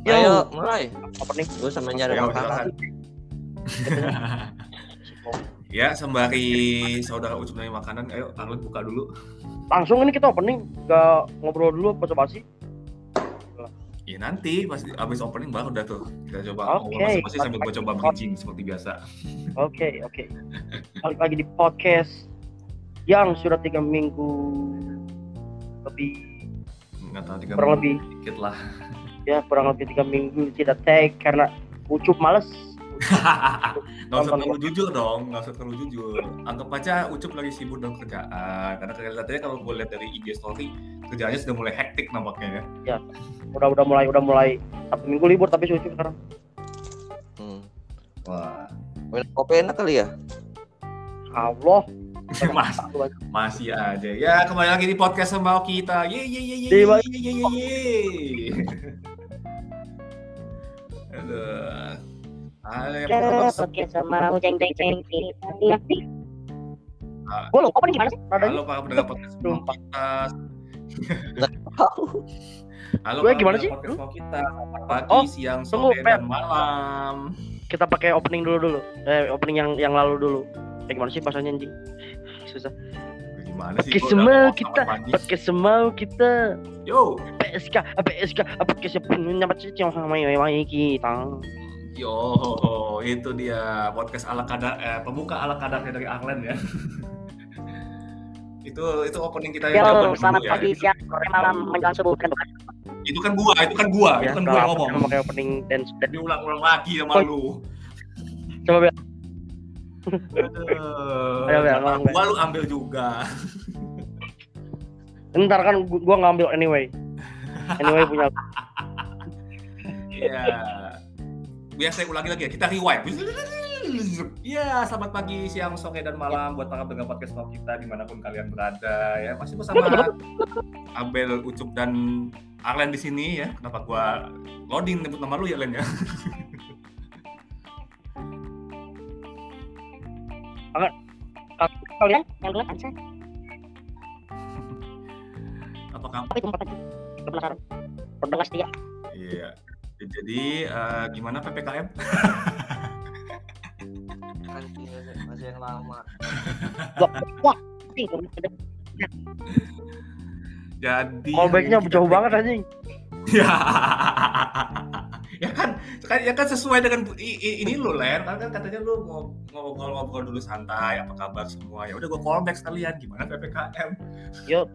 Ayo mulai. Opening. Gue sama nyari makanan. Ya, sembari saudara Ucup nyari makanan, ayo Arlen buka dulu. Langsung ini kita opening, gak ngobrol dulu basa-basi. Ya nanti pas abis opening baru udah tuh kita coba ngobrol masing-masing sambil gue coba bridging seperti biasa. Oke. Balik lagi di podcast yang sudah 3 minggu lebih. Nggak tahu 3 kurang minggu lebih dikit lah. Ya kurang lebih 3 minggu tidak tag karena Ucup males. Nggak usah terlalu jujur dong, nggak usah terlalu jujur. Anggap aja Ucup lagi sibuk dengan kerjaan. Karena kelihatannya kalau gue lihat dari IG story, kerjaannya sudah mulai hektik nampaknya ya. Ya, udah mulai Sabtu Minggu libur tapi Ucup sekarang. Wah, Minum kopi enak kali ya? Allah. Masih aja. Ya kembali lagi di podcast sama kita. Ye. Aduh. Podcast sama ceng. Gue lupa nih gimana sih? Halo para pendengar podcast sama kita. Halo gue gimana sih? Podcast sama kita. Pagi, siang, sore, dan malam. Kita pakai opening dulu. Opening yang lalu dulu. Gimana sih bahasanya anjing? Susah. Gimana sih? Pakai semau kita. Yo. PSK pakai sepenuhnya macam sama kita. Yo, itu dia podcast ala kadar, pembuka ala kadarnya dari Arlen ya. itu opening kita yang selamat pagi, siang, sore, malam, menjelang subuh kan bukan? Itu kan gua yang ngomong. Pakai opening dan diulang-ulang lagi sama lu. Coba Bel. Gua lu ambil juga. Ntar kan gua ngambil anyway punya. Iya. Biar saya ulangi lagi ya, kita rewind. Ya, selamat pagi, siang, sore, dan malam buat para pendengar podcast mau kita dimanapun kalian berada ya. Masih bersama Abel, Ucup, dan Arlen di sini ya. Kenapa gua loading nyebut nama lu ya, Len ya? Kalian yang duluan answer. Apakah? Apa itu penasaran? Pendengar setia. Iya. Jadi gimana PPKM? Masih yang lama. Wah. Jadi callback-nya jauh banget anjing. Ya kan sesuai dengan ini lu Len. Kan katanya lu mau ngobrol dulu santai, apa kabar semua. Ya udah gua callback sekalian gimana PPKM. Yo.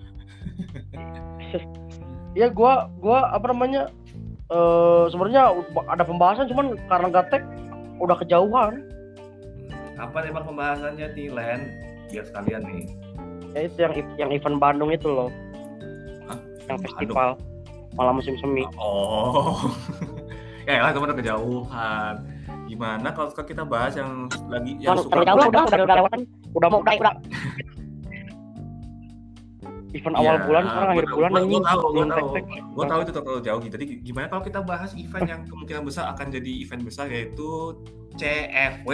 Ya gua apa namanya? Sebenarnya ada pembahasan cuman karena gatek udah kejauhan. Apa emang pembahasannya nih Len? Biar sekalian nih. Ya itu yang event Bandung itu loh. Hah? Yang festival malam musim semi. Oh. Ya lah teman kejauhan. Gimana kalau kita bahas yang lagi yang suka udah lewat. Udah event awal bulan sekarang akhir bulan gue tahu itu terlalu jauh gitu. Jadi gimana kalau kita bahas event yang kemungkinan besar akan jadi event besar yaitu CFW.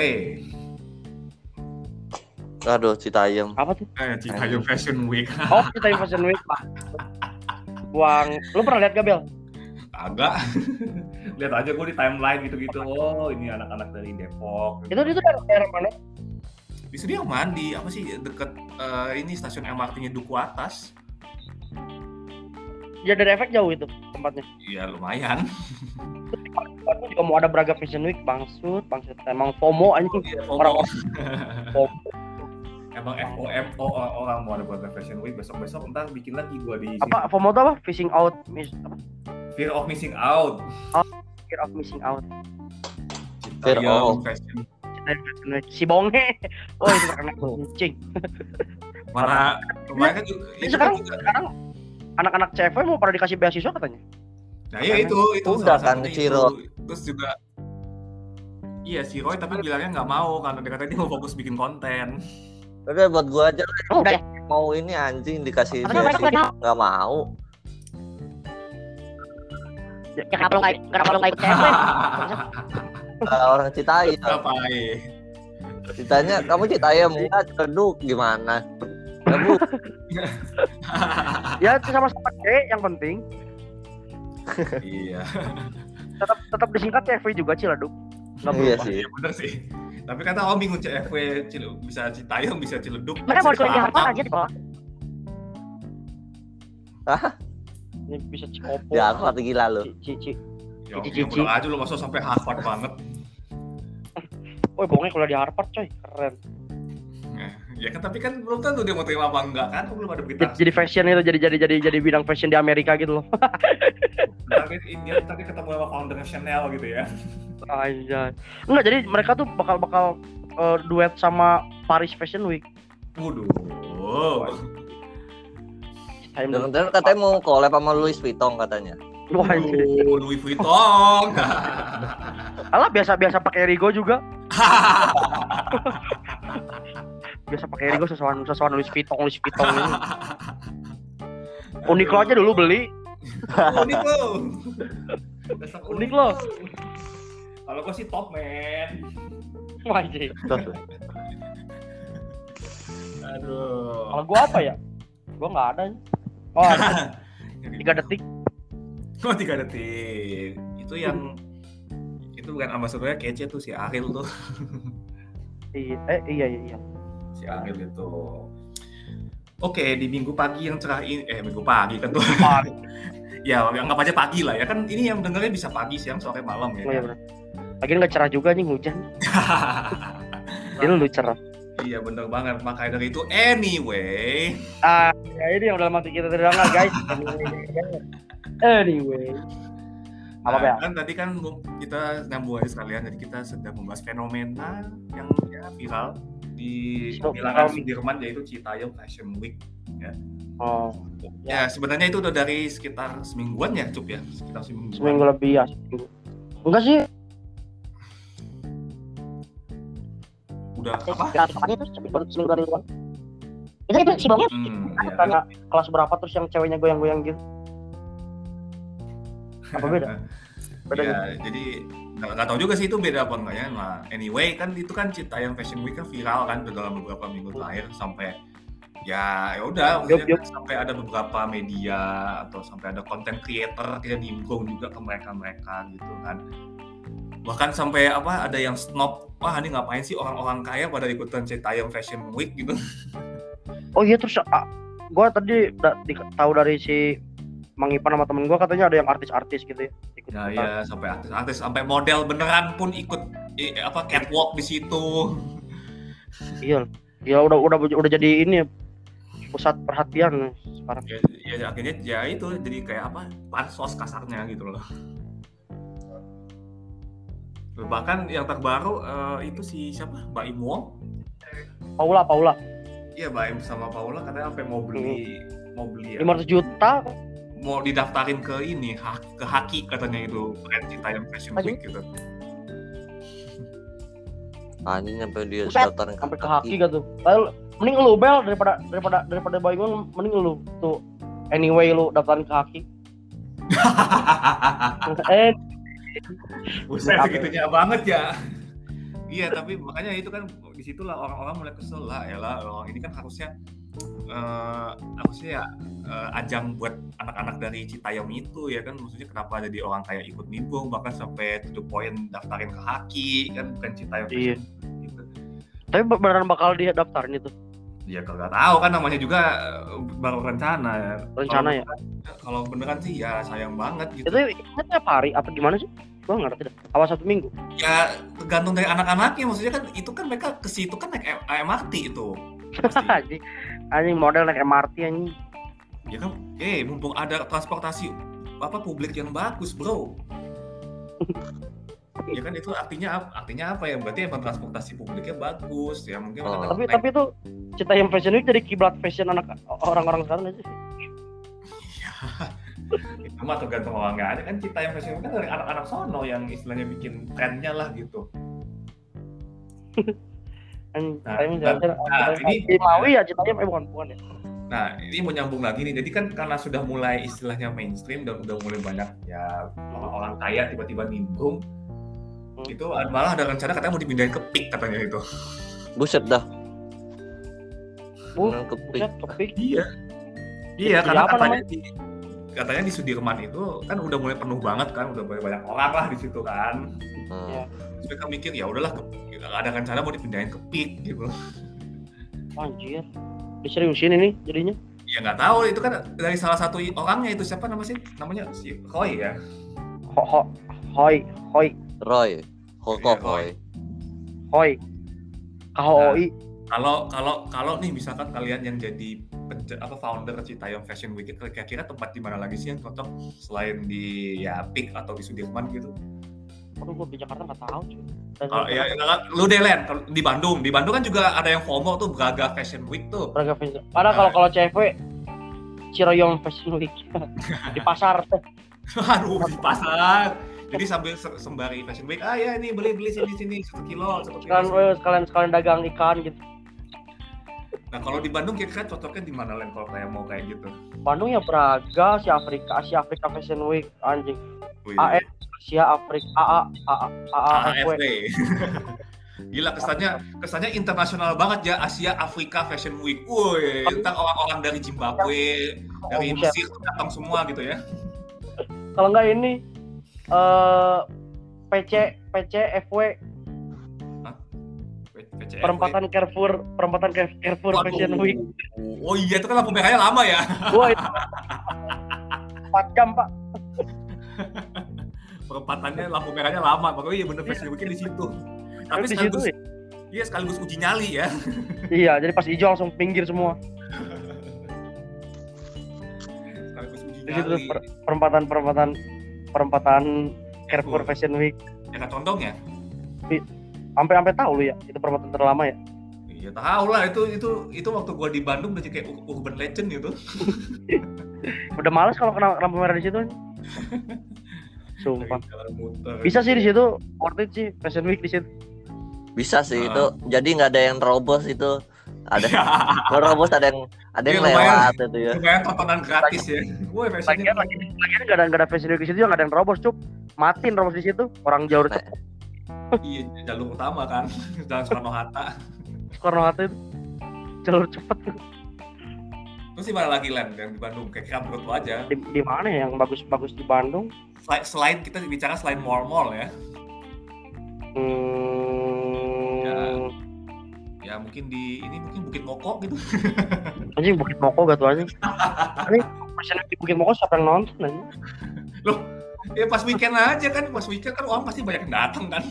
Aduh, Citayam. Apa tuh? Citayam Fashion Week. Oh, Citayam Fashion Week, Pak. Buang. Lu pernah lihat gak, Bel? Agak. Lihat aja gue di timeline gitu-gitu. Oh, ini anak-anak dari Depok. Itu daerah mana? Di Sudirman, di apa sih deket ini stasiun MRT-nya Duku Atas. Ya dari efek jauh itu tempatnya. Iya lumayan. Aku juga mau ada Braga Fashion Week, bangsut. Emang FOMO anjing. Orang FOMO. Emang FOMO orang mau ada Braga Fashion Week, besok ntar bikin lagi gua di sini. Apa FOMO itu apa? Fear of missing out. Fear of missing out. Fashion. Si bonge. Oh itu karena kucing. Mana kemarin kan sekarang anak-anak CFW mau pada dikasih beasiswa katanya. Nah ya itu udah kan Ciro. Terus juga iya si Roy tapi bilangnya nggak mau karena dia katanya dia mau fokus bikin konten. Udah buat gua aja udah mau ini anjing dikasih beasiswa nggak mau. Ya kenapa lo nggak ikut CFW? Orang Citayam. Ngapain? Ditanya kamu Citayam enggak Ceduk gimana? Kamu ya sama-sama yang penting. Iya. tetap disingkat CFW juga Ciledug. Nggak Iya berubah. sih. Iya bener sih. Tapi kata Om bingung CFW bisa Citayam bisa Ciledug. Mereka mau disuruh di Bisa Harvard aja di bawah. Ini bisa Cikopo. Ya Harvard gila lu. Cici. Ya, Cici. yang aja lu masa sampai Harvard banget. Woi, pokoknya kalau di Harvard coy, keren. Ya kan tapi kan belum tentu dia mau terima apa enggak kan, belum ada berita. Jadi fashion itu jadi bidang fashion di Amerika gitu loh. Tapi dia tadi ketemu sama founder Chanel gitu ya. Anjay. Enggak, jadi mereka tuh bakal duet sama Paris Fashion Week. Waduh. Dengar katanya mau collab sama Louis Vuitton katanya. Wah, anjir. Louis Vuitton. Alah biasa pakai Rigo juga. Biasa pakai Rigo sesuatu Louis Vuitton ini. Uniqlo aja dulu beli. Uniqlo. Uniqlo. Kalau gua sih top man. Wah, anjir. Aduh. Kalau gua apa ya? Gua nggak ada. Oh, ada. 3 detik. Oh 3 detik. Itu yang itu bukan ambasadornya kece tuh si Ariel tuh. Iya. Si Ariel itu. Oke, di minggu pagi yang cerah ini minggu pagi kan tuh. Ya, anggap aja pagi lah ya kan, ini yang dengernya bisa pagi, siang, sore, malam ya. Oh, iya benar. Lagian nggak cerah juga nih, hujan. Jadi lu cerah. Iya bener banget, makanya dari itu anyway. Ya ini yang udah lama kita terdengar guys. Anyway. Apa ya? Kan tadi kan kita nyambung aja sekalian, jadi kita sedang membahas fenomena yang ya viral di bilangan Sudirman, yaitu Citayam Fashion Week. Ya. Oh. Ya sebenarnya itu udah dari sekitar semingguan ya, Cup ya, sekitar semingguan. Seminggu lebih ya. Enggak sih. Udah apa? Tepatnya itu seminggu dari luar. Itu si Bongnya Ya. Karena kelas berapa terus yang ceweknya goyang-goyang gitu? Apa beda? Beda Ya, gitu. jadi nggak tahu juga sih itu beda apa enggak ya. Nah, anyway kan itu kan Citayam Fashion Week kan viral kan dalam beberapa minggu terakhir sampai ya udah maksudnya kan sampai ada beberapa media atau sampai ada content creator yang nimbrung juga ke mereka gitu kan. Bahkan sampai ada yang snob, wah ini ngapain sih orang-orang kaya pada ikutan Citayam Fashion Week gitu. Oh iya, terus gue tadi tahu dari si Mang Ipan sama temen gue katanya ada yang artis-artis gitu ya. Nah ya sampai artis-artis, sampai model beneran pun ikut catwalk di situ. Iya, ya udah jadi ini pusat perhatian sekarang. Ya akhirnya ya itu jadi kayak pansos kasarnya gitu loh. Bahkan yang terbaru itu si siapa? Mbak Im Wong. Paula. Iya, Mbak Im sama Paula katanya sampai mau beli 500 juta. Mau didaftarin ke ini ke Haki katanya itu brand Citayam Fashion Week gitu. Anjing sampai dia daftarin Sampai ke Haki gitu. Lalu mending lu Bel daripada Boy gue, mending lu tuh anyway lu daftarin ke Haki. Buset segitunya banget ya. Iya, tapi makanya itu kan disitulah orang-orang mulai kesel lah, orang ini kan harusnya ajang buat anak-anak dari Citayam itu ya kan, maksudnya kenapa jadi orang kaya ikut nimbrung bahkan sampai to the point daftarin ke Haki kan, bukan Citayam Iya. gitu. Tapi beneran bakal dia daftarin itu. Ya kalau nggak tahu kan namanya juga baru rencana ya. Kalau beneran sih ya sayang banget gitu. Itu ingat tiap hari apa gimana sih? Gua nggak ngerti dah. Awal 1 minggu. Ya tergantung dari anak-anaknya, maksudnya kan itu kan mereka ke situ kan naik MRT itu. Anjing model naik MRT anjing. Ya kan, mumpung ada transportasi publik yang bagus, bro. Ya kan itu artinya apa ya? Berarti emang transportasi publiknya bagus ya, mungkin. Tapi itu Citayam Fashion Week jadi kiblat fashion orang-orang sekarang aja sih. Iya. Itu mah tergantung orang nggak ada kan. Citayam Fashion Week kan dari anak-anak sono yang istilahnya bikin trennya lah gitu. Ini Maui ya Citayam bukan ya. Nah ini mau nyambung lagi nih, jadi kan karena sudah mulai istilahnya mainstream dan udah mulai banyak ya orang kaya tiba-tiba nimbrung. Itu malah ada rencana katanya mau dipindahin ke PIK katanya itu. Buset dah. Ke PIK. Iya karena katanya katanya di Sudirman itu kan udah mulai penuh banget kan, udah banyak orang lah di situ kan. Ya. Terus mereka mikir ya udahlah, ada rencana mau dipindahin ke PIK gitu. Anjir. Diseriusin ini jadinya. Ya nggak tahu, itu kan dari salah satu orangnya itu siapa namanya si Roy ya. Hoi. Roy, Hoko Iya, Roy. Hoi. KHOI. Kalau nih misalkan kalian yang jadi founder Citayam Fashion Week, kira-kira tempat di mana lagi sih yang cocok selain di ya PIK atau di Sudirman gitu? Aduh, gue di Jakarta nggak tahu cuy. Kalau ya lu deh Len, di Bandung kan juga ada yang FOMO tuh, Braga Fashion Week tuh. Braga Fashion. Padahal kalau cewek Ciroyong Fashion Week di pasar. Aduh, di pasar. Jadi sambil sembari Fashion Week, ya ini beli sini 1 kilo. Sekalian dagang ikan gitu. Nah kalau di Bandung kira-kira cocoknya di mana Len kalau kayak mau kayak gitu? Bandung ya Braga, Asia Afrika Fashion Week anjing. Wih. AF Asia Afrika AAFW. Gila, kesannya internasional banget ya, Asia Afrika Fashion Week. Woi, ntar orang-orang dari Zimbabwe, dari Mesir datang semua gitu ya. Kalau enggak ini PCFW perempatan Carrefour Fashion Week. Oh iya, itu kan lampu merahnya lama ya. Wah, itu 4 jam Pak. Perempatannya lampu merahnya lama, makanya iya bener Fashion Week-nya di situ. Tapi di situ ya. Iya, sekaligus uji nyali ya. Iya, jadi pas hijau langsung pinggir semua. Sekaligus uji Di situ nyali. perempatan Carrefour Fashion Week. Dekat Condong ya? Sampai tahu lu ya, itu perempatan terlama ya? Iya tahu lah, itu waktu gua di Bandung udah kayak urban legend gitu. Udah males kalau kena lampu merah di situ. Sumpah. Muter. Bisa sih di situ, worth it sih Fashion Week di situ. Bisa sih itu. Jadi nggak ada yang terobos itu. Ada terobos, ada yang Iya, lewat itu ya. Lumayan tontonan gratis ya. Woi, fashionnya. Lagi nggak ada Fashion Week di situ, nggak ada yang terobos cup. Matiin terobos di situ, orang jauh Nah. cepet. Iya, jalur utama kan. Jalan Soekarno-Hatta. Soekarno-Hatta itu jalur cepet. Terus di mana lagi Len yang di Bandung? Kayak menurut lo aja. Di mana ya yang bagus-bagus di Bandung? Selain kita bicara selain mall ya. Ya mungkin mungkin Bukit Moko gitu. Anjing Bukit Moko gak tuh anjing. Ini Fashion Week di Bukit Moko siapa yang nonton anjing? Loh, ya pas weekend aja kan. Pas weekend kan orang pasti banyak yang datang kan.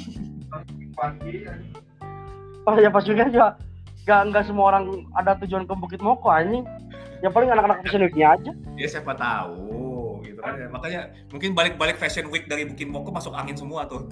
Pas juga juga nggak semua orang ada tujuan ke Bukit Moko anjing. Yang paling anak-anak Fashion Week-nya aja. Ya siapa tahu gitu kan ya. Makanya mungkin balik-balik Fashion Week dari Bukit Moko masuk angin semua tuh.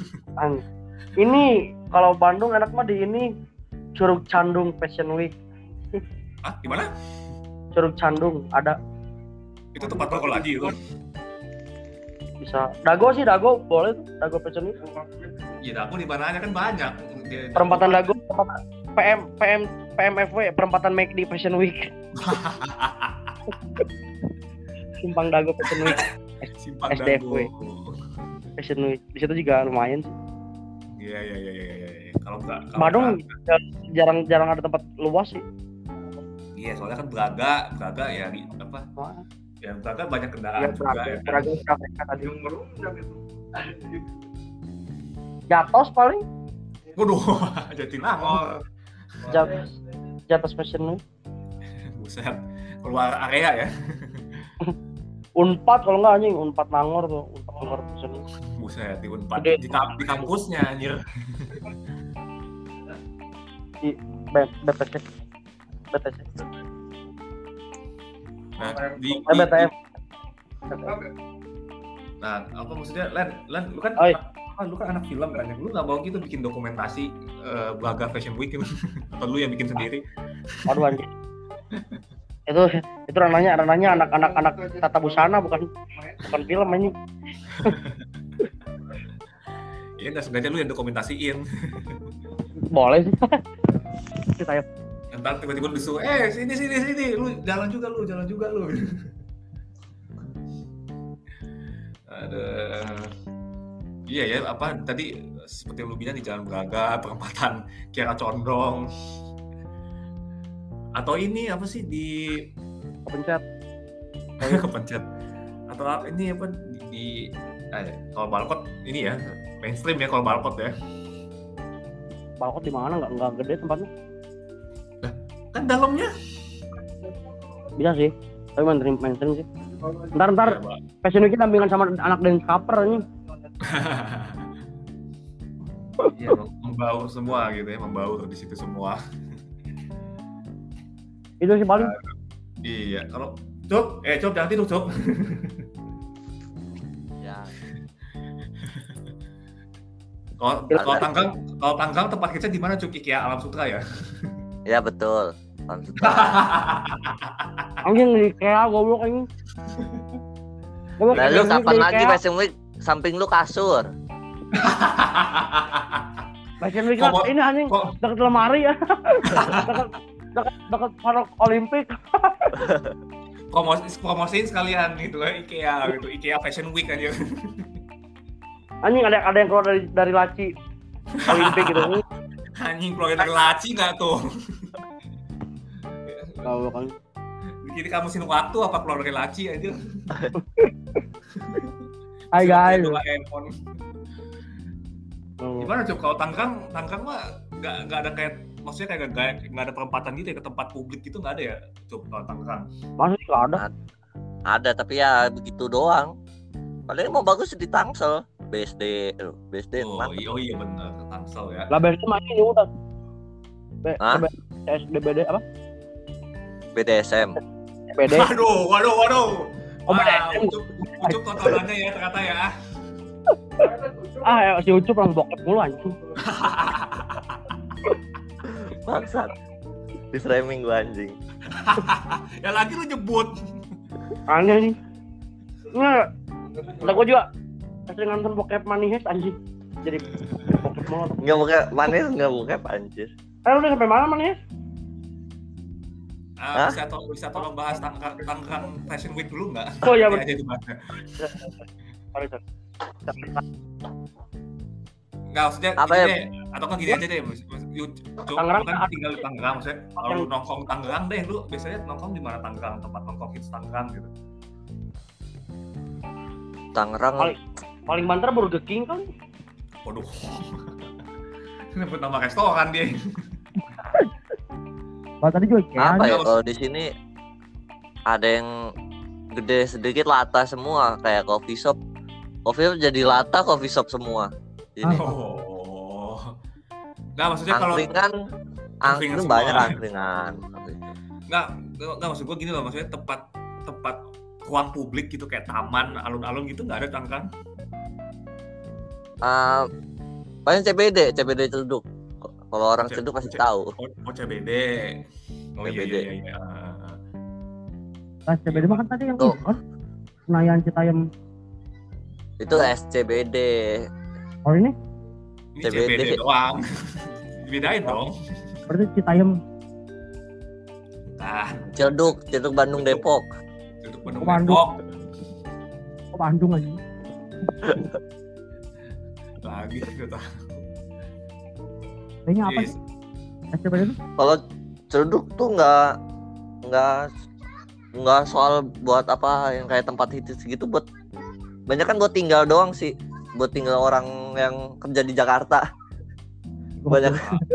Ini kalau Bandung enak mah di ini Curug Candung Fashion Week. Ah, di mana? Curug Candung ada. Itu tempat rokok lagi itu. Bisa. Dago boleh tuh. Dago Fashion Week. Iya, Dago di mana aja kan banyak. Perempatan Dago, PMFW, perempatan McD Fashion Week. Simpang Dago Fashion Week. Simpang SDFW. Dago. Fashion Week. Di situ juga lumayan sih. Iya. Kalau Bandung jarang ada tempat luas sih. Iya, soalnya kan Braga ya apa? Ya Braga banyak kendaraan juga. Braga tadi. Jatos paling. Waduh, Jatinangor. Jatos Fashion Week. Buset, keluar area ya. Unpad kalau nggak anjing, Unpad Nangor tuh, Unpad Nangor Fashion Week. Buset, di Unpad di kampusnya anjir. Di BTC. Nah, di BTF. Nah, apa maksudnya Len, lu kan lu kan anak film kan, lu nggak mau gitu bikin dokumentasi Braga Fashion Week gitu? Atau lu yang bikin sendiri? Waduh anjing. Itu ranahnya anak tata busana bukan film anjing. Iya, nggak sengaja lu yang dokumentasiin. Boleh sih. Kita Ntar tiba-tiba lu disuruh, sini, lu jalan juga lu. Ada, iya ya, apa tadi seperti yang lu bilang di Jalan Braga, perempatan Kiara Condong, atau ini apa sih di kepencet. kepencet. atau ini apa kalau Balkot ini ya mainstream ya kalau Balkot ya. Balkot di mana? Nggak gede tempatnya. Kan dalamnya. Bisa sih. Tapi mainstream sih. Ntar Fashion Week tampingan sama anak dance cover ini. Iya, membaur semua gitu ya, membaur di situ semua. Itu sih paling. Iya, kalau Cuk jangan tidur Cuk. Ya. Kalau Tanggang tempat kerja di mana Cuk? IKEA Alam Sutra ya? Ya betul. Anjing di IKEA goblok anjing. Lalu kapan lagi Fashion Week samping lu kasur? Fashion Week ini anjing dekat lemari ya. dekat parok Olimpik. Promosiin sekalian gitu ya IKEA gitu, IKEA Fashion Week aja. Anjing ada yang keluar dari laci Olimpik gitu. Anjing keluar dari laci nggak tuh? Tahu kan. Jadi kamu mesin waktu apa keluar dari laci aja? Hai guys. Gimana Cuk? Kalau Tangkang mah nggak ada kayak, maksudnya kayak nggak ada perempatan gitu ya, ke tempat publik gitu nggak ada ya Cuk kalau Tangkang? Masih nggak ada. Ada tapi ya begitu doang. Paling mau bagus di Tangsel, BSD. Oh iya benar, Tangsel ya. Lah BSD masih ini udah. Hah? SDBD apa? BDSM. BD. Waduh. Oh, BDSM. Ucup tontonannya ya ternyata ya. Si Ucup orang bokep mulu anjing. Bangsat. Di framing gua anjing. Ya lagi lu nyebut. Aneh nih. Nggak. Udah gua juga sering nonton bokep Manihes anjing. Jadi bokep mulu. Enggak buka manis, enggak buka anjir. Udah sampai mana Manihes? Bisa tolong bahas Tanggerang Fashion Week dulu nggak? Oh iya betul. Sorry. Nggak, maksudnya apa gini ya? deh, atau kan gini aja deh, Tangerang kan tinggal di Tangerang, maksudnya kalau lu nongkrong Tangerang deh, lu biasanya nongkrong di mana Tangerang, tempat nongkrong hits Tangerang gitu. Tangerang paling banter Burger King kan? Waduh, nyebut nama restoran dia. Tadi juga apa ya kalau di sini ada yang gede sedikit lata semua kayak coffee shop jadi lata coffee shop semua. Jadi nggak, maksudnya kalau angkringan banyak angkringan. Nggak maksud gue gini loh, maksudnya tempat ruang publik gitu kayak taman, alun-alun gitu nggak ada Tangerang? Paling CBD Celduk. Kalau orang Celduk pasti tahu. CBD. Oh CBD. Iya. CBD mah kan tadi yang itu kan Senayan Citayam. Itu SCBD. Oh ini CBD doang. Dibedain dong. Berarti Citayam. Celduk Bandung Depok. Celduk Bandung Depok. Oh Bandung lagi. Lagi gitu. Kayaknya apa sih? SCBD itu? Kalau Celduk tuh nggak soal buat apa yang kayak tempat hits gitu, buat banyak kan buat tinggal doang sih, buat tinggal orang yang kerja di Jakarta banyak.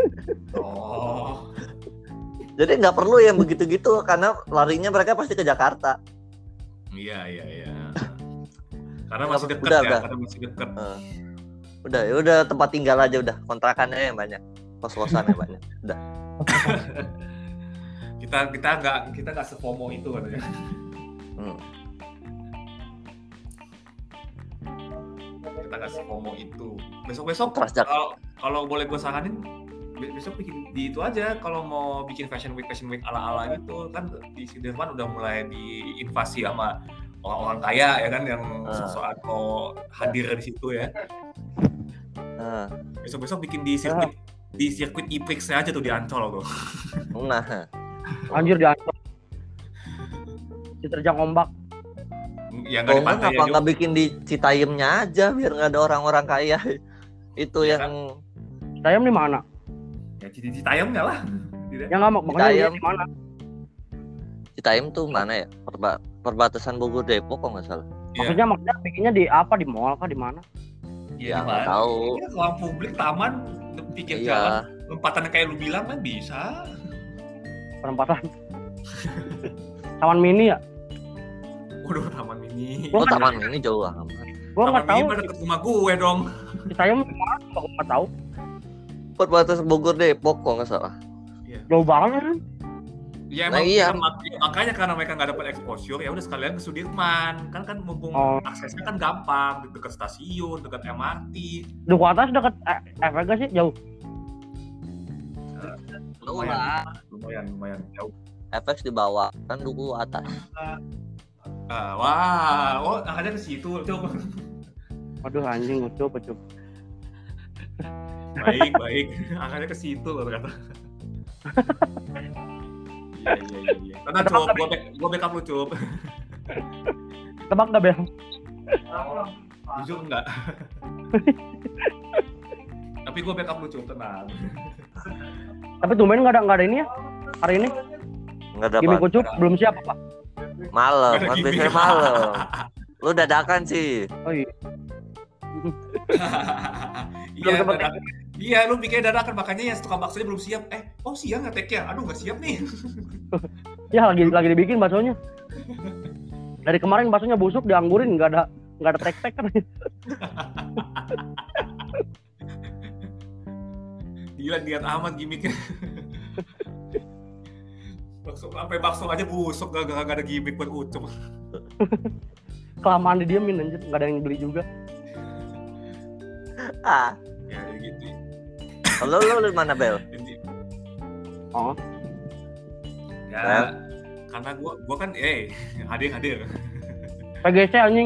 Jadi nggak perlu yang begitu-gitu karena larinya mereka pasti ke Jakarta. Iya. Karena masih dekat ya. Karena masih dekat. Udah tempat tinggal aja, udah kontrakannya yang banyak, kos-kosannya banyak. Udah. kita nggak sefomo itu katanya. Kita nggak sefomo itu. Besok kalau boleh gue saranin, besok bikin di itu aja. Kalau mau bikin fashion week ala-ala gitu kan, di Sudirman udah mulai diinvasi sama orang-orang kaya ya kan, yang soal mau hadir di situ ya. Besok bikin di sirkuit IPX aja tuh, di Ancol tuh. Nah. Anjir di Ancol. Diterjang ombak. Ya nggak di pantai ya. Nggak bikin di Citayamnya aja biar nggak ada orang-orang kaya. Itu ya yang kan? Citayam di mana? Ya di Citayamnya lah. Ya nggak mau, makanya di mana? Citayam tuh mana ya? Perbatasan Bogor Depok kok nggak salah. Iya. Maksudnya bikinnya di apa, di mall apa di mana? Ya, Iya, nggak tahu. Iya, ruang publik, taman, pikir Iya. jalan, lompatan kayak lu bilang kan bisa. Perempatan. Taman mini ya? Waduh, taman mini. Oh, taman ini jauh amat. Gua Taman nggak tahu. mini mah deket rumah gue dong. Saya mana? Gua nggak tahu. Perbatasan Bogor Depok kok nggak salah. Jauh banget kan? Ya Nah, emang iya. makanya karena mereka nggak dapat exposure, ya udah sekalian ke Sudirman. Kan mumpung aksesnya kan gampang, dekat stasiun, dekat MRT. Duku atas dekat efek gak sih? Jauh. Lumayan jauh. FX di bawah, kan Duku atas. Wah, akhirnya ke situ. Coba. Aduh anjing, coba. Baik. Akhirnya ke situ loh ternyata. Iya. Tenang, Cup. Gue backup lu, Cup. Tebak gak, Bel? Jujur enggak. Tapi gue backup lu, Cup, tenang. Tapi tumben nggak ada ini ya hari ini. Nggak dapat. Gimik Ucup belum siap apa? Malam, Nggak ada kan gimmick. biasanya malam. Lu dadakan sih. Oh iya. Iya, dadakan. Iya, lu bikin dadakan, makanya yang tukang baksonya belum siap. Siang ngetek ya? Aduh, nggak siap nih. Ya lagi dibikin baksonya. Dari kemarin baksonya busuk, dianggurin, nggak ada tek-tek kan. Gila, niat amat gimmicknya. Bakso aja busuk, gak ada gimmick buat Ucup. Kelamaan didiemin anjir, nggak ada yang beli juga. Ah, Ya, gitu. kalau lu di mana, Bel? Oh, Ya, karena gua kan hadir. PGC anjing.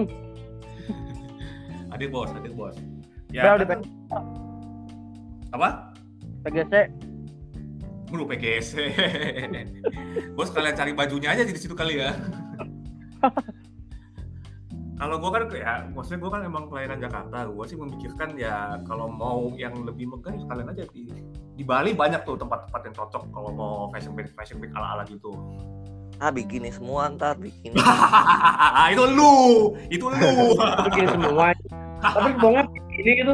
Hadir bos. Ya, Bel di kan, apa? PGC. Lu PGC. Bos, kalian cari bajunya aja di situ kali ya. Kalau gue kan maksudnya gue kan emang kelahiran Jakarta. Gue sih memikirkan ya kalau mau yang lebih megah ya sekalian aja di Bali banyak tuh tempat-tempat yang cocok kalau mau fashion week ala-ala gitu. Bikini semua ntar bikini. Itu lu. Begini semua. Tapi bongnya ini gitu.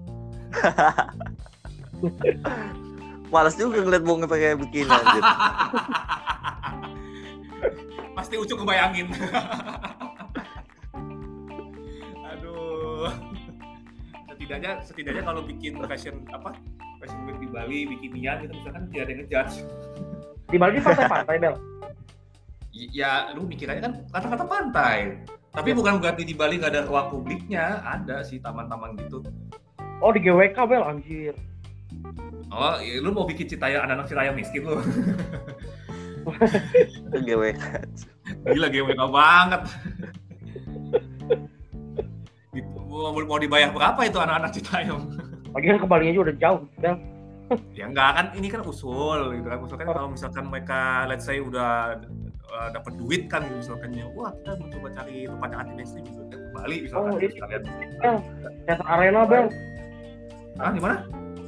Males juga ngeliat Bongnya pakai bikini anjir. Pasti Ucup ngebayangin. Aduh. Setidaknya kalau bikin fashion week di Bali, bikinian gitu misalkan tidak ada yang ngejudge. Di Bali pantai-pantai, Bel. Ya, lu mikir aja kan kata-kata pantai. Tapi bukan berarti di Bali nggak ada ruang publiknya, ada sih taman-taman gitu. Oh, di GWK, Bel, anjir. Oh, lu mau bikin anak-anak Citayam miskin lu. GWK. Gila, GWK banget. Mau dibayar berapa itu anak-anak Citayam? Lagian ke Balinya juga udah jauh, Bel. Ya enggak kan, ini kan usul gitu kan. Misalkan kalau misalkan mereka let's say udah dapat duit kan misalkan ya, wah kita mencoba cari tempat yang anti mainstream gitu kan, ke Bali misalkan Ini sekalian. Bel, Teater Arena, Bel. Di mana?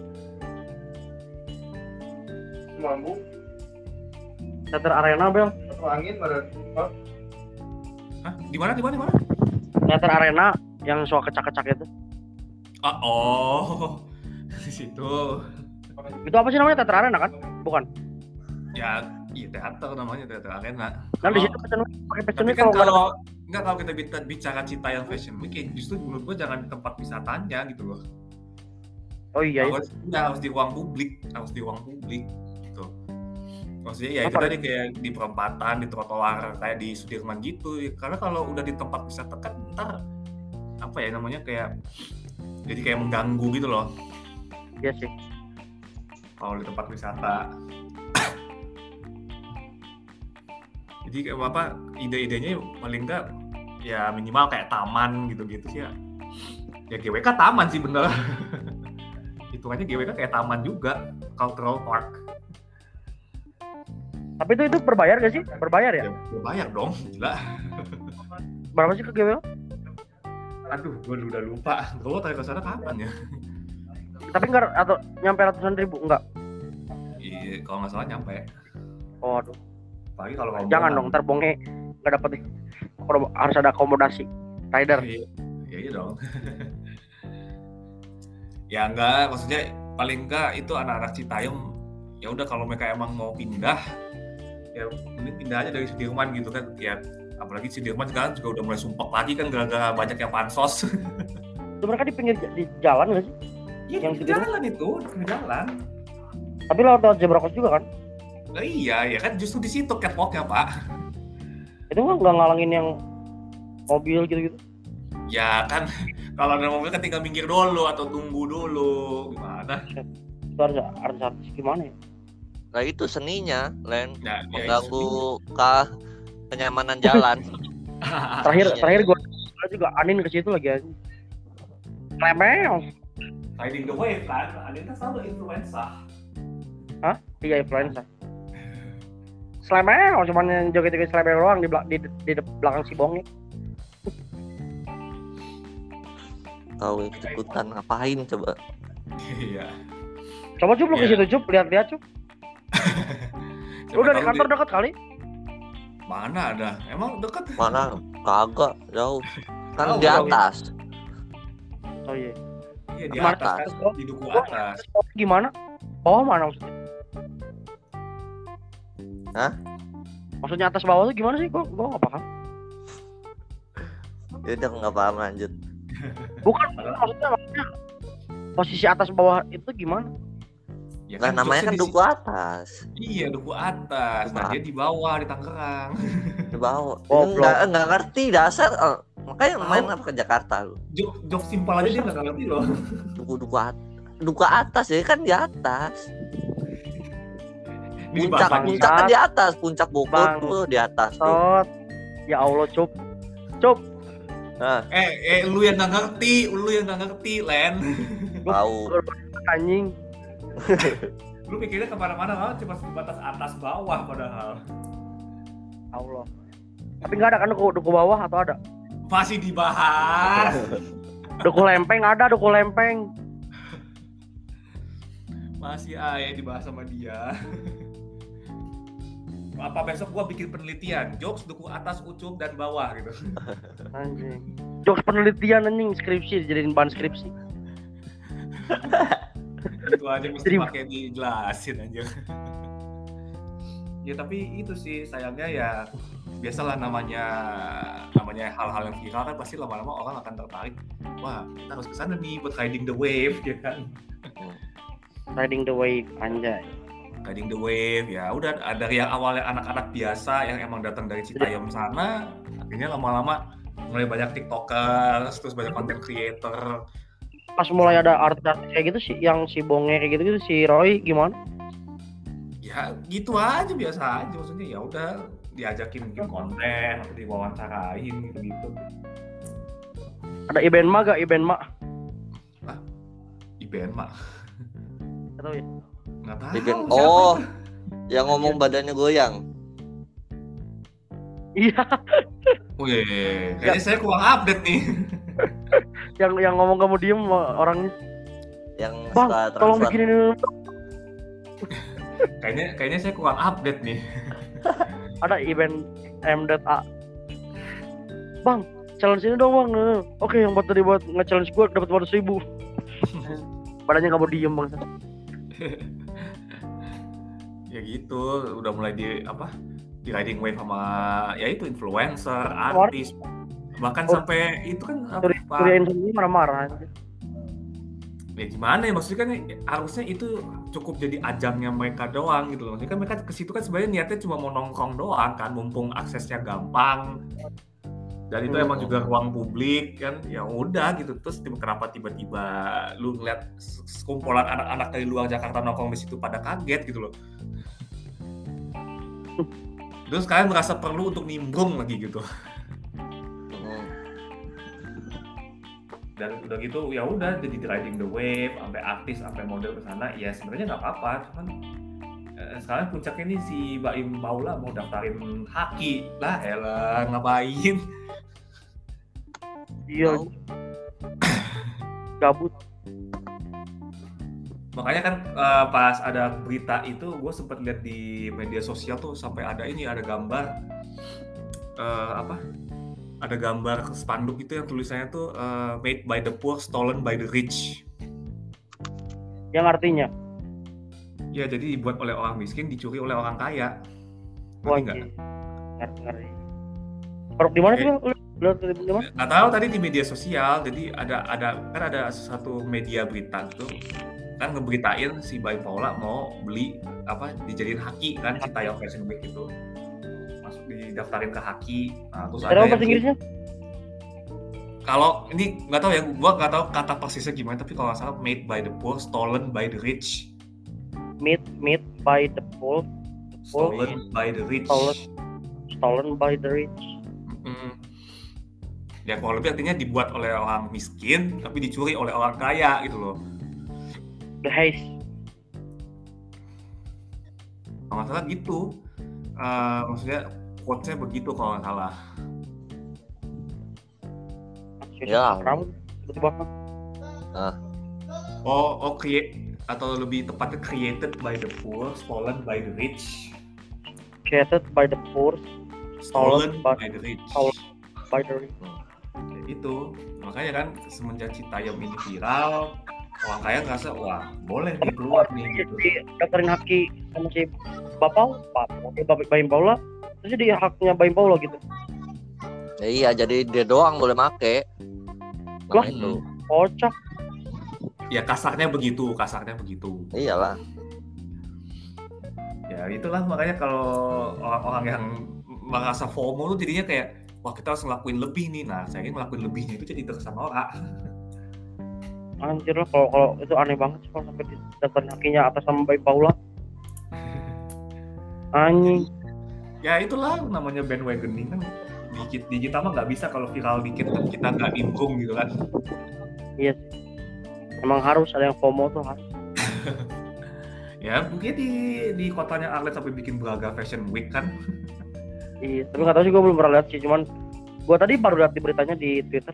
Mambu. Teater Arena, Bel. Di mana? Teater Arena yang suka kecak-kecak itu. Di situ. Itu apa sih namanya, Teater Arena kan? Bukan. Ya, iya teater namanya, Teater Arena. Kan di situ pakai fashion Tapi week kan kalau kalau kita bicara Citayam Fashion Week, ya justru menurut gua jangan di tempat wisatanya gitu loh. oh iya. Harus di ruang publik gitu. Maksudnya ya itu Apa? tadi kayak di perempatan, di trotoar kayak di Sudirman gitu. Karena kalau udah di tempat wisata kan ntar apa ya namanya kayak jadi kayak mengganggu gitu loh. Iya sih. Kalau di tempat wisata. Jadi kayak apa ide-idenya paling enggak ya minimal kayak taman gitu-gitu sih ya. Ya GWK taman sih bener. Hitungannya GWK kayak taman juga, cultural park. Tapi itu berbayar gak sih? Berbayar ya? Ya bayar dong, gila. Berapa sih ke GWK? Aduh, gue udah lupa. Gue tanya ke sana kapan ya? Tapi enggak, atau nyampe ratusan ribu? Enggak. Iya, kalau nggak salah nyampe. Oh, aduh. Apalagi kalau ngomong. Jangan dong, ntar bonge nggak dapet nih. Harus ada akomodasi. Rider. Iya dong. Ya enggak, maksudnya paling enggak itu anak-anak Citayam ya udah kalau mereka emang mau pindah ya mending pindah aja dari Sudirman gitu kan. Ya apalagi Sudirman sekarang juga udah mulai sumpek lagi kan gara-gara banyak yang pansos. Itu mereka di pinggir di jalan nggak sih? Iya, Yang di Sudirman? jalan itu, di jalan. Tapi lewat zebra cross juga kan? Nah, iya, ya kan justru di situ catwalk-nya, Pak. Itu nggak ngalangin yang mobil gitu-gitu? Ya kan kalau ada mobil kan tinggal minggir dulu atau tunggu dulu. Gimana? Itu harus artis gimana ya? Nah itu seninya, Len, Ya, mengganggu kenyamanan jalan. Terakhir gue juga Anin ke situ lagi aja. Lemel. Riding the wave kan, Anin kan selalu influenza. Hah? Iya influencer. Slemel, cuman yang joget-joget slemel doang di belakang si Bongi. Tahu ikut-ikutan ngapain coba? Iya. Coba Cup lu ke Iya. situ Cup, lihat Cup. Lu dari kantor dekat kali? Mana ada? Emang dekat? Mana? Kagak, jauh. Kan Jauh, di jauh. atas. Oh iya. Iya di Mana? atas kan, di duku atas. Gimana? Bawah mana maksudnya? Hah? Maksudnya atas bawah tuh gimana sih? Gua nggak paham. Ya udah nggak paham, lanjut. Bukan maksudnya posisi atas bawah itu gimana? Ya Nah namanya kan jokesnya di duku atas. Iya, duku atas. Nah, Duku dia di bawah di Tangerang. Di bawah. Oh, Nggak ngerti dasar. Makanya Tahu. main apa ke Jakarta lu? Jok simpel aja dia nggak ngerti loh. Duku atas ya kan di atas. Ini Puncak dibahas lagi. kan di atas. Puncak Bogor Bang. tuh di atas tuh. Tot. Ya Allah Cup. Nah, Lu yang nggak ngerti, Len. tahu. Anjing. Lu pikirnya kemana-mana banget cuma sebatas atas bawah padahal. Allah. Tapi nggak ada kan duku bawah atau ada? Masih dibahas. Duku lempeng ada, duku lempeng. Masih dibahas sama dia. Apa besok gua bikin penelitian jokes duku atas, ucup dan bawah gitu. Anjing. Jokes penelitian anjing skripsi dijadiin bahan skripsi. Itu aja mesti Jadi- pakai dijelasin aja. Ya tapi itu sih sayangnya ya biasalah namanya hal-hal yang viral kan pasti lama-lama orang akan tertarik. Wah, kita harus kesana nih buat riding the wave ya kan. Riding the wave anjay. Riding the wave ya udah dari yang awalnya anak-anak biasa yang emang datang dari Citayam sana akhirnya lama-lama mulai banyak tiktokers terus banyak content creator. Pas mulai ada artis-artis kayak gitu sih, yang si Bonge kayak gitu si Roy gimana? Ya gitu aja biasa aja maksudnya ya udah diajakin bikin konten atau diwawancarain gitu. Ada Ibenma gak? Ibenma? Ibenma Gak tau ya. nggak tahu. Bikin siapa oh, itu? yang ngomong badannya goyang. Iya, Wih, kayaknya saya kurang update nih. yang ngomong kamu diem orangnya. Yang Bang, suka tolong transfer. bikinin dulu. Kayaknya saya kurang update nih. Ada event M.A. Bang, challenge ini dong bang. Oke, yang buat tadi buat nge-challenge gue dapat 200.000. Badannya kamu diem bang. Ya gitu, udah mulai di riding wave sama ya itu influencer, artis, bahkan Oh. sampai itu kan Surya Insomnia marah-marah. ya gimana ya maksudnya kan harusnya itu cukup jadi ajangnya mereka doang gitu loh. Maksudnya kan mereka ke situ kan sebenarnya niatnya cuma mau nongkrong doang kan, mumpung aksesnya gampang. Dan itu emang juga ruang publik kan, ya udah gitu. Terus kenapa tiba-tiba lu ngeliat sekumpulan anak-anak dari luar Jakarta nongkrong di situ pada kaget gitu loh. Terus kalian merasa perlu untuk nimbrung lagi gitu. Dan udah gitu ya udah jadi riding the wave sampai artis sampai model ke sana ya sebenarnya nggak apa-apa, cuman sekarang puncaknya ini si Baim Paula mau daftarin haki lah, elah ngapain. Iya. Gabut. Makanya kan pas ada berita itu gue sempat lihat di media sosial tuh sampai ada gambar ada gambar spanduk itu yang tulisannya tuh made by the poor, stolen by the rich. Yang artinya, Ya jadi dibuat oleh orang miskin, dicuri oleh orang kaya. wah, Ngerti nggak? ngeri. Peruk di mana sih, Bang? Lihat di mana? Nggak tahu, tadi di media sosial. Jadi ada satu media berita gitu kan ngeberitain si Baim Paula mau beli dijadiin haki kan Citayam Fashion Week itu, masuk didaftarin ke haki. Nah, terus ada Ada yang bahasa Inggrisnya? kalau ini nggak tahu ya, gua nggak tahu kata persisnya gimana, tapi kalau nggak salah made by the poor, stolen by the rich. Made by the poor, Stolen by the rich. stolen by the rich. Ya kalau lebih artinya dibuat oleh orang miskin tapi dicuri oleh orang kaya gitu loh. The haze. Kalau nggak salah gitu. Maksudnya quote-nya begitu kalau nggak salah. Ya. Kamu tiba-tiba Atau lebih tepatnya created by the poor, stolen by the rich. created by the poor, Stolen by by the rich. by the rich. Kayak gitu. Makanya kan semenjak Citayam ini viral, orang kaya ngerasa wah boleh nih keluar nih gitu. Jadi daftarin haki sama si Bapak Baim Paula, terus jadi haknya Baim Paula gitu. Ya, iya, jadi dia doang boleh make. Lah, Itu. kocak. Ya kasarnya begitu. Iyalah. Ya itulah makanya kalau orang-orang yang merasa FOMO tuh jadinya kayak wah kita harus ngelakuin lebih nih. Nah saya ingin ngelakuin lebihnya itu jadi terkesan norak. Anjir lah, kalau itu aneh banget sih kalau sampai daftarin hakinya atas sama Baim Paula. Anjing. Ya itulah namanya bandwagoning kan. Di kita mah nggak bisa kalau viral dikit kan kita nggak nimbrung gitu kan. Iya sih. Emang harus ada yang FOMO tuh harus. Ya mungkin di kotanya Arlet sampai bikin Braga Fashion Week kan. Iya, tapi nggak tahu sih, gue belum pernah lihat sih, cuman gue tadi baru lihat di beritanya di Twitter.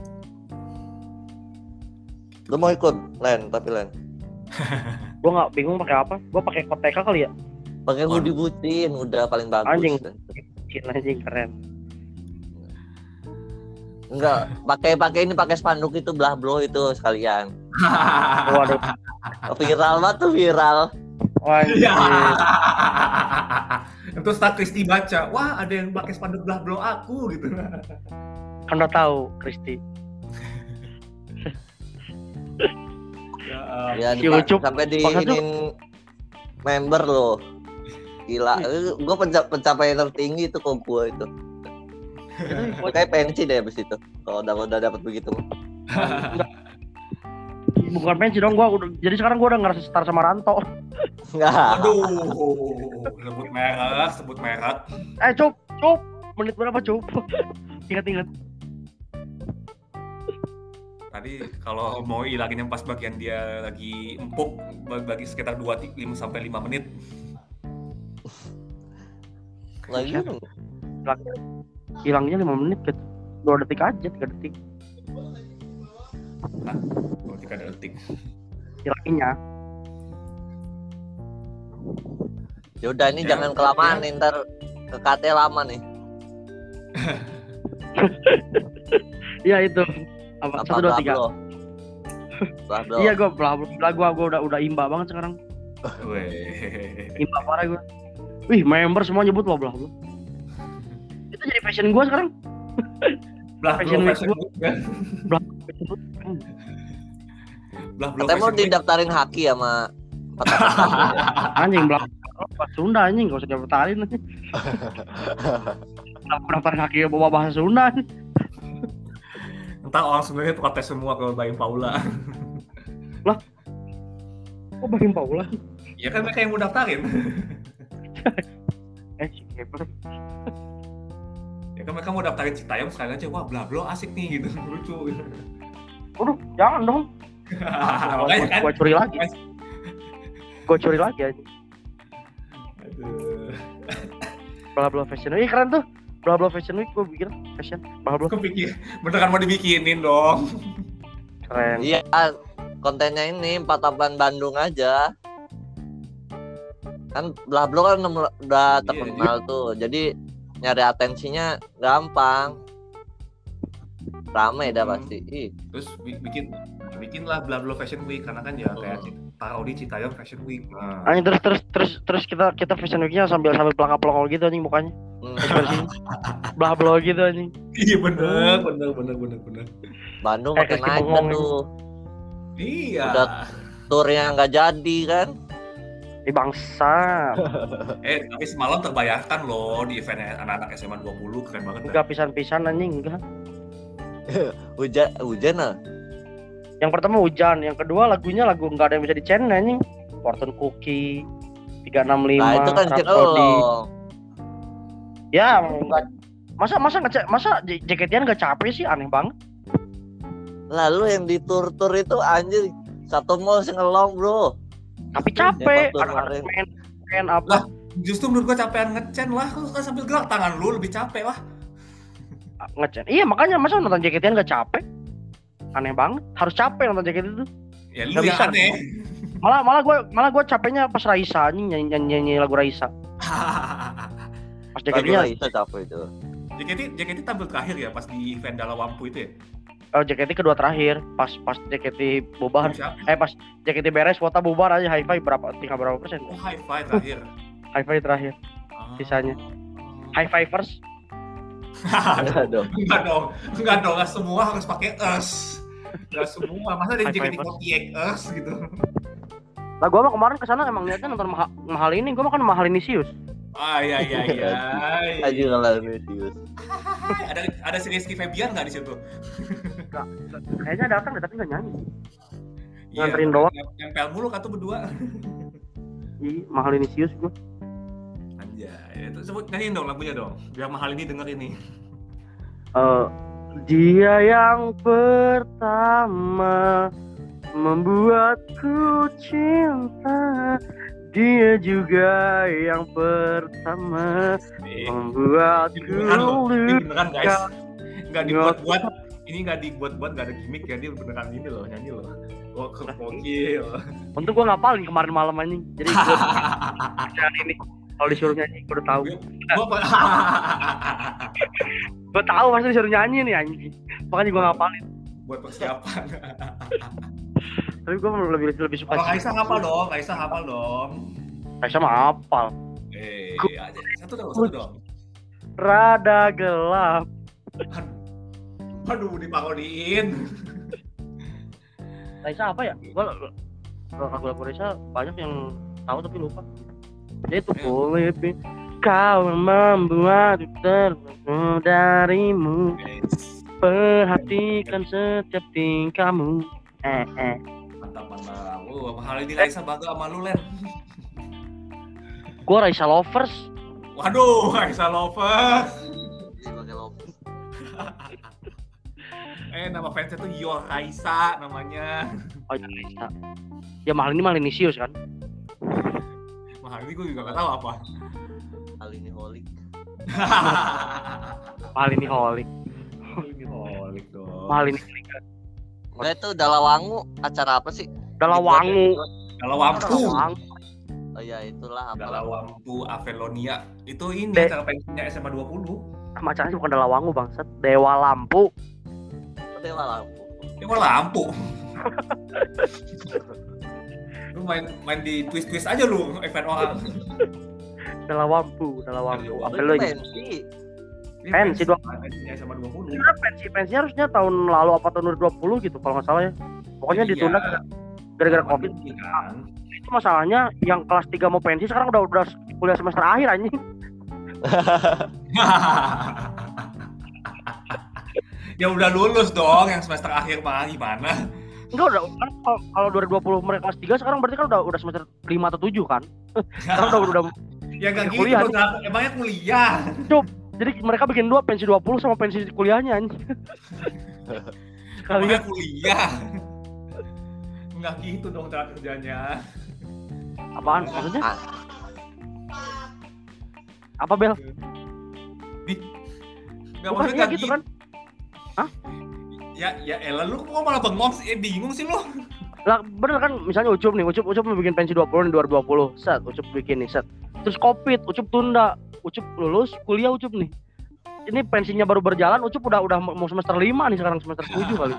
Lu mau ikut Len, tapi Len Gue nggak bingung pakai apa. Gue pakai Koteka kali ya. pakai hoodie bucin udah paling bagus. Anjing. Anjing keren. Enggak, pakai spanduk itu belah blow itu sekalian. Waduh. Viral banget tuh, viral. Anjing. Terus tak Kristi baca, wah ada yang pakai spanduk belah blow aku gitu. Kan udah tahu Kristi. Ya, Si Ucup sampai maksud tuh- diinin member loh. Gila, gue pencapaian tertinggi itu kok gue itu. Kayak pensi deh abis itu. Kalau udah dapat begitu. Bukan pensi dong, jadi sekarang gue udah ngerasa setara sama Ranto. Enggak. Aduh, sebut merek. Cup, menit berapa Cup? Ingat. Tadi kalau mau ilangin yang pas bagian dia lagi empuk bagi sekitar 5 sampai 5 menit. Lagi Hilangnya 5 menit gitu. 2 detik aja, 3 detik. Nah, 3 detik. Hilangnya. Yaudah ini Ya, jangan kelamaan nih, ntar ke KT lama nih. Iya itu. Apa? 1 2 3. Blah blah. Iya gue udah imba banget sekarang. Weh. Imba parah gue. Wih, member semua nyebut blah blah. Itu jadi fashion gue sekarang. Blah Fashion blow Week fashion gua. week kan. Blah blow Katanya mau fashion week. didaftarin haki sama Anjing blah. Sunda anjing, gak usah daftarin. Daftarin kaki bawa bahasa Sunda. Entah orang sebenarnya protes semua kalau Baim Paula. Kok Baim Paula? Ya kan mereka yang mau daftarin. Si Kepler. Ya kan mereka mau daftarin Citayam sekali aja, wah blah blow asik nih gitu, lucu. Waduh, jangan dong. Makanya kan. Gua curi lagi aja. Aduh. Blah blah fashion week keren tuh. Blah blah fashion week gue bikin fashion blah blah Kepikir, beneran mau dibikinin dong. keren. Iya, kontennya ini 48 Bandung aja. Kan blah blah kan udah terkenal tuh. Jadi nyari atensinya gampang. Rame dah pasti. Ih, Terus bikin lah bla bla Fashion Week karena kan ya kayak Parodi Citayam Fashion Week. Nah. Anjing terus kita Fashion Week-nya sambil pelangap-pelangap gitu anjing mukanya. Ekspresinya. Blah blah gitu anjing. Iya bener. Bandung Kayak makin Kaki naik Bengong tuh. Iya. Udah turnya nggak jadi kan? Bangsa. Tapi semalam terbayarkan loh di event anak-anak SMA 20, keren banget. Enggak pisan-pisan anjing enggak. Hujan ah. Yang pertama hujan, yang kedua lagunya lagu enggak ada yang bisa dicen anjing. Fortune Cookie 365. Nah itu kan cek Rhapsody. lo. Ya enggak. Masa JKT-an enggak capek sih, aneh banget. Lalu yang di tur itu anjir satu mall sing ngelong bro. Tapi capek. Yang waktu Ada kemarin. main apa? Lah, justru menurut gua capean ngecen lah, lu kan sambil gerak tangan lu lebih capek lah. Ngecen. Iya makanya masa nonton JKT-an enggak capek? Aneh banget. Harus capek nonton JKT itu. Ya lu Nggak yang bisa. aneh. Malah gue capeknya pas Raisa anjing nyanyi lagu Raisa. Pas JKT-nya Itu capek itu. JKT tampil terakhir ya pas di event Dalawampu itu ya. JKT kedua terakhir pas JKT bubar. Siapa? Pas JKT beres kuota bubar aja hi-fi tinggal berapa persen? Oh, Hi-Fi terakhir. Hi-fi terakhir. Sisanya. Hi-fi first. Enggak dong. Enggak dong, nggak semua harus pakai us. Enggak semua, masa dari High five JKT48 us gitu. Lah gua mah kemarin kesana emang niatnya nonton mahal ini, gua makan mahal Inisius. Iya. Aja kalau Mesius. Ada si Rizky Febian nggak di situ? Kayaknya datang deh tapi nggak nyanyi. Iya, Nganterin doang. Nempel mulu kata berdua. Ih, mahal Inisius gua. Anjay, itu sebut nyanyiin dong lagunya dong. Biar mahal ini denger ini. Dia yang pertama membuatku cinta. Dia juga yang pertama membuatku Ini beneran guys. luka. Nggak dibuat-buat. Ini nggak dibuat-buat, nggak ada gimmick ya, dia beneran ini loh, nyanyi loh. Gokil. Untung gua ngapalin kemarin malam anjing. Jadi gua jangan ini kalau disuruh nyanyi gua udah tahu. Gua tahu pasti disuruh nyanyi nih anjing. Makanya gua ngapalin. Buat persiapan. Tapi gua lebih suka. Kalau Kaisa hafal dong. Kaisa mah hafal. Aja. Satu dong. Rada gelap. Aduh, diparodiin. Raisa apa ya? Gua lagu-lagu Raisa banyak yang tahu tapi lupa. Dia itu boleh kau membuat terbentuk darimu. Perhatikan setiap tingkahmu. Mantap. Mahal ini Raisa bangga sama lu, Len. Gua Raisa lovers. Waduh, Raisa lovers. Sebagai logo. Nama fansnya tuh Yo Raisa namanya. Oh ya Raisa. Ya mahal Inisius kan? Mahal ini gue juga gak tahu apa. Hal ini holik. Mahal ini holik. Ini holik dong. Mahal ini Nah itu Dalawangu acara apa sih? Dalawangu. Dalawampu. Oh ya itulah apa? Dalawampu Avelonia. Itu ini acara pensiunnya SMA 20. Nama acaranya bukan Dalawangu bangsat. Dewa Lampu. Dewa Lampu. Dewa Lampu. Lu main di twist aja lu event orang. Dalawangu. Avelonia. Pensi SMA 20. Karena pensinya harusnya tahun lalu apa tahun 2020 gitu kalau nggak salah ya. Pokoknya ditunda gara-gara COVID. Kan. Itu masalahnya yang kelas 3 mau pensi sekarang udah kuliah semester akhir anjing. Ya udah lulus dong yang semester akhir mah gimana? Enggak udah kan kalau 2020 mereka kelas 3 sekarang berarti kan udah semester 5 atau 7 kan. Sekarang udah ya enggak gitu kuliah. dong, emangnya kuliah. Jadi mereka bikin 2 pensi 20 sama pensi kuliahnya anjing. Emangnya kuliah. Enggak gitu dong cara kerjanya. Apaan maksudnya? Apa Bel? Enggak Bukan maksudnya gitu kan? Hah? Ya elah lu kok malah bengong sih, bingung sih lu. Lah bener kan misalnya Ucup mau bikin pensi 20 nih 2020. Set Ucup bikin nih set. Terus Covid, Ucup tunda. Ucup lulus kuliah Ucup nih. ini pensinya baru berjalan, Ucup udah mau semester 5 nih, sekarang semester 7 kali.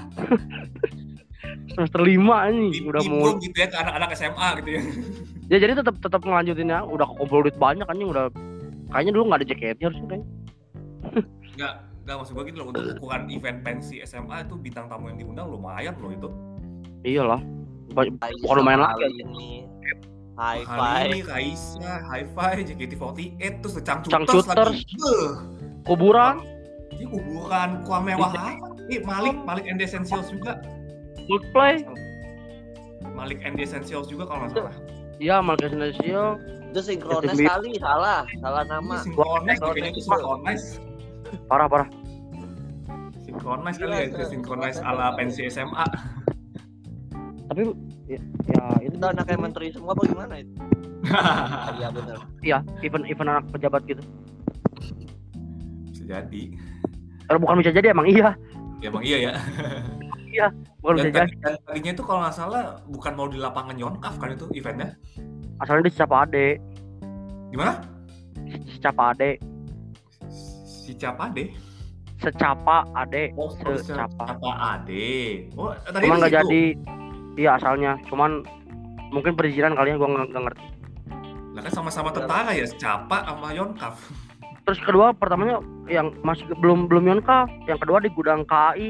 Semester 5 ini udah mau gitu ya ke anak-anak SMA gitu ya. ya, jadi tetap ngelanjutin ya, udah kumpul duit banyak anjing, udah kayaknya dulu enggak ada jaketnya harusnya kayaknya. Enggak maksud gua gitu loh, untuk ukuran event pensi SMA itu bintang tamu yang diundang lumayan loh itu. Iyalah. Bukan lumayan lagi ini. Hari ini Raisa, Hi-Fi, JKT48, terus The Changcuters lagi. kuburan, Ini kuburan, kuah mewah apa? Malik and the Essentials juga. Coldplay. Malik and the Essentials juga kalau nggak salah. Iya, Marquez Nasio. Itu sinkronis Justin kali, salah nama. Synchronize, kayaknya itu Synchronize. Parah. Synchronize kali ya, itu Synchronize ala pensi SMA. Tapi ya itu Itu anak kayak menteri semua apa gimana itu? Iya benar. iya, event anak pejabat gitu. Bisa jadi. Kalau bukan bisa jadi emang iya. Ya emang iya ya. Iya, bukan bisa jadi. Dan tadinya itu kalau nggak salah bukan mau di lapangan Yonkaf kan itu eventnya. Asalnya di Secapa Ade. Gimana? Secapa Ade. Si Capa deh. Secapa Ade. Oh, Secapa. Capa Ade. Oh, tadi Cuman nggak di situ. jadi. Iya asalnya. Cuman mungkin perizinan kali ya, gua nggak ngerti. Lah kan sama-sama tentara ya, Capa sama Yonkaf. Terus kedua, pertamanya yang masih belum Yonkaf, yang kedua di gudang KAI.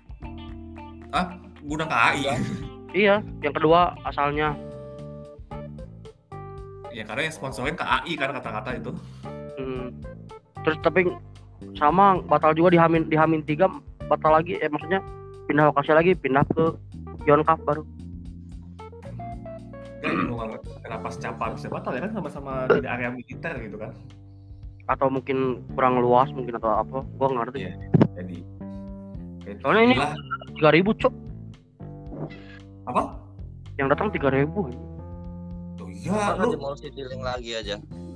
Gudang KAI. Iya, yang kedua asalnya. Ya karena yang sponsorin KAI kan kata-kata itu. Terus tapi sama batal juga di Hamin 3 batal lagi, maksudnya pindah lokasi lagi, pindah ke Yonkaf baru. Kenapa Capa bisa batal ya kan sama-sama di area militer gitu kan? Atau mungkin kurang luas mungkin atau apa, gua nggak ngerti. Iya. Jadi soalnya ini 3.000 cok. Apa? Yang datang 3.000. Oh iya, Lu lu mau Citylink lagi aja.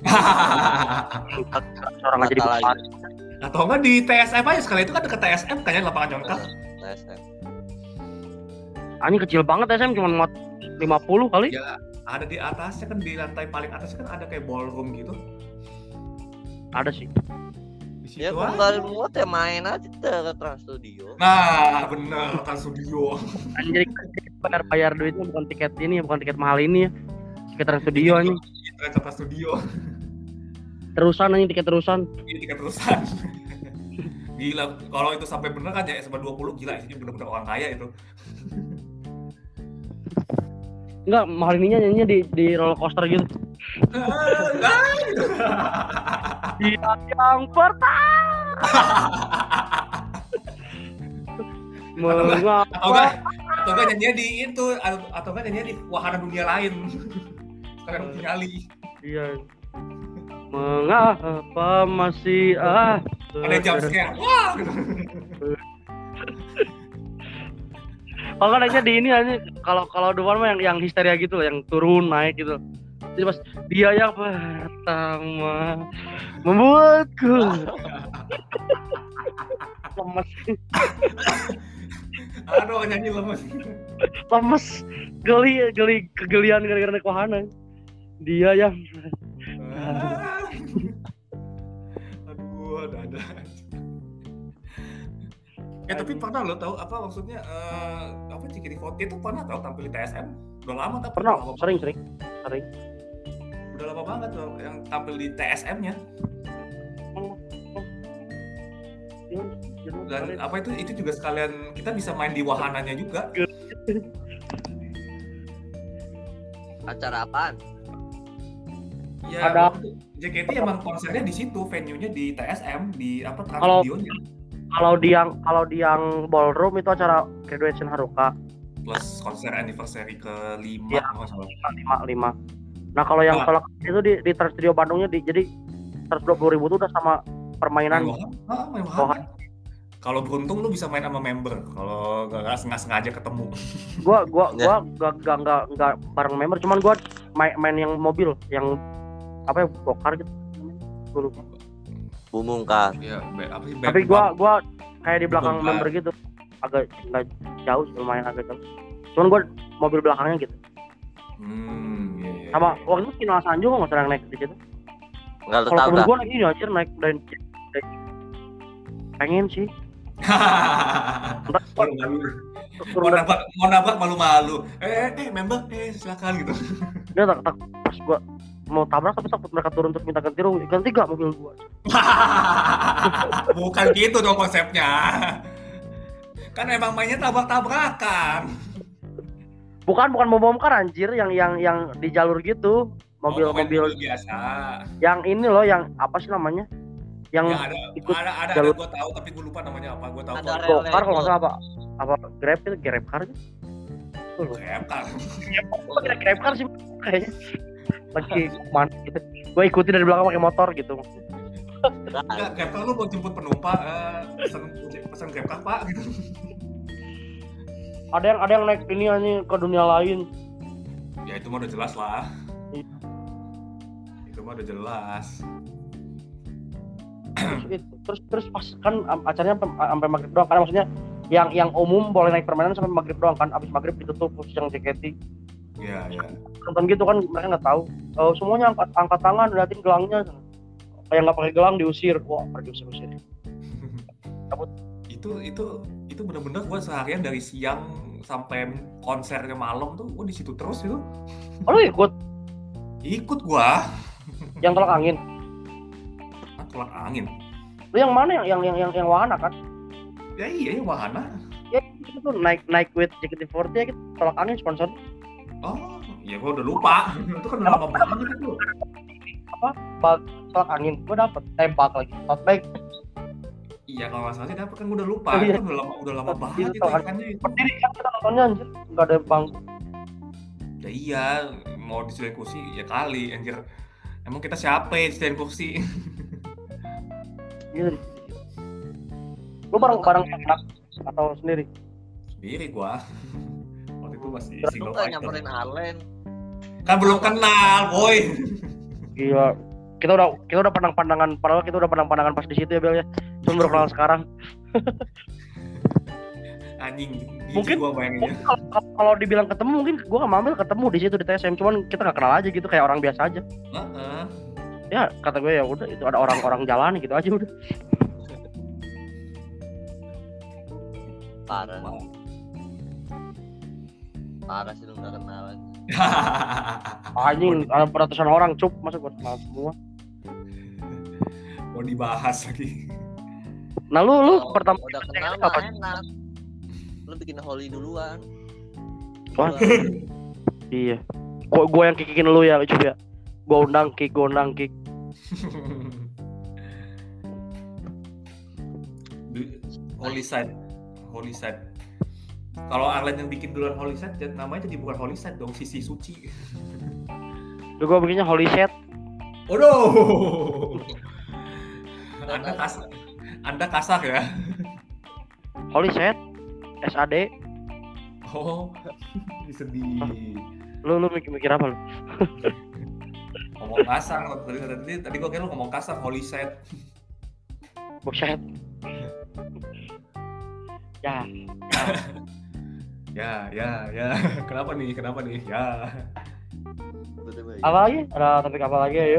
Orang aja di Batal depan. lagi. atau enggak di TSM aja sekali itu kan deket TSM kayaknya lapangan Yonkaf. TSM. Ini kecil banget SM, cuma muat 50 kali. Ya ada di atasnya kan, di lantai paling atas kan ada kayak ballroom gitu. Ada sih. Di situ Ya kalau aja. nggak muat ya main aja ke Trans Studio. Nah, bener kan studio. Jadi benar bayar duitnya bukan tiket ini, bukan tiket mahal ini ya. Tiket Trans Studio ini. Trans Studio. Terusan ini tiket terusan. Ini tiket terusan. Gila, kalau itu sampai bener kan ya SMA 20 gila, ini bener-bener orang kaya itu. Enggak, mahal ininya nyanyinya di roller coaster gitu. Dia yang pertama. Mengapa? Atau enggak nyanyinya di itu, atau enggak nyanyinya di wahana dunia lain. Sekarang nyali. Iya. Mengapa masih Ada jump scare. Wah. Kalau kan aja di ini aja, kalau depan mah yang histeria gitu loh, yang turun naik gitu. Jadi pas dia yang pertama membuatku lemes. Aduh, nyanyi lemes. Lemes, geli kegelian gara-gara naik wahana. Dia yang Aduh, ada. Tapi pernah lo tahu apa maksudnya apa JKT48 itu pernah tahu tampil di TSM? Udah lama tapi pernah, lama sering. Udah lama banget loh yang tampil di TSM-nya. Dan apa itu juga sekalian kita bisa main di wahananya juga. Acara apaan? Ya, Ada. JKT emang konsernya di situ, venue-nya di TSM, di apa Trans Kalau- Studio-nya. Kalau di yang ballroom itu acara graduation Haruka Plus konser anniversary ke-5 Iya. kalau nggak salah. 5. Nah kalau yang Nah. tolak itu di Trans Studio Bandungnya jadi 120.000 itu udah sama permainan. Main wahana. Kalau beruntung lu bisa main sama member. Kalau nggak sengaja ketemu. Gua nggak bareng member, cuman gua main yang mobil, yang apa ya, bokar gitu. Gua lupa. Bumungkas. Ya, apa sih? Tapi gua kayak di belakang Bokar. member gitu, agak nggak jauh, lumayan agak jauh. Cuman gua mobil belakangnya gitu. Iya. Sama waktu itu Kino Sanju nggak usah naik di situ. Nggak lu Kalau tahu temen dah. gua naik ini anjir, naik dari Pengen sih. Malu-malu. Mau nabrak malu-malu. Member, silakan gitu. Dia tak pas gua mau tabrak tapi takut mereka turun terus minta ganti rugi. Ganti gak mobil gua? Bukan gitu dong konsepnya. Kan emang mainnya tabrak-tabrakan. Bukan mau bongkar anjir yang di jalur gitu. Mobil biasa. Yang ini loh, yang apa sih namanya? Yang ya, ada jalur. Gue tahu tapi gue lupa namanya apa. Gue tahu Go-car kalau nggak salah apa Grab itu Grab car gitu. Grab car. Grab car sih kayaknya. Lagi mana gitu. Gue ikutin dari belakang pakai motor gitu. Enggak, Grab car lu mau jemput penumpang, pesan Grab car Pak gitu. Ada yang naik ini aja ke dunia lain. Ya itu mah udah jelas lah. Itu mah udah jelas. Terus pas kan acaranya sampai maghrib doang kan, maksudnya yang umum boleh naik permainan sampai maghrib doang kan, abis maghrib ditutup khusus yang JKT. Iya. Nonton gitu kan mereka nggak tahu. Semuanya angkat tangan, liatin gelangnya. Kayak nggak pakai gelang diusir. Wah, diusir. Cabut. Itu bener-bener gue seharian dari siang sampai konsernya malam tuh gue di situ terus itu. Oh, lu ikut? Ikut gua. Yang tolak angin. Tolak angin. Lu yang mana yang wahana kan? Ya iya wahana. Ya itu tuh naik with JKT48 ya gitu. Tolak angin sponsor. Oh, ya gua udah lupa. Itu kan udah lama banget itu. Apa? Bag tolak angin. Gua dapet tembak lagi. Tote bag. Iya kalau nggak salah sih dapet kan gua udah lupa. Oh, iya. Itu udah lama banget itu ikannya itu. Berdiri kan kita nontonnya anjir. Enggak ada bangku. Ya iya, mau disediain kursi ya kali anjir. Emang kita siapa ya disediain kursi? Iya. Lu bareng anak atau sendiri? Sendiri gua. Waktu itu masih Lu single nggak fighter. nyamperin Allen? Kan belum kenal, boy. Iya. Kita udah pandang-pandangan, padahal kita udah pandang-pandangan pas di situ ya Bel ya. Cuma baru kenal sekarang. Anjing, mungkin gua bayanginnya. Kalau dibilang ketemu mungkin gua sama Amel ketemu di situ di TSM, cuman kita nggak kenal aja gitu kayak orang biasa aja. Ya kata gue ya udah itu ada orang-orang jalan gitu aja udah. Parah sih lu nggak kenalan. Anjing ada ratusan orang cup masa gue kenal semua. Mau dibahas lagi. Nah lu pertama udah kenal mah enak. Lu bikin Holly duluan. Wah. Iya. Gue yang kikikin lu ya coba ya. Gue undang kick. Holy side. Kalau Arlen yang bikin duluan Holy Side, namanya jadi bukan Holy Side dong, Sisi Suci. Duh gue bikinnya Holy Set. Waduh. Anda kasar ya. Holy Set. SAD. Oh, sedih. Lu mikir apa lu? Ngomong kasar, tadi gue kira lu ngomong kasar, Holy Side. Buset. Ya. Kenapa nih? Ya. Apa lagi? Ada topik apa lagi ayo?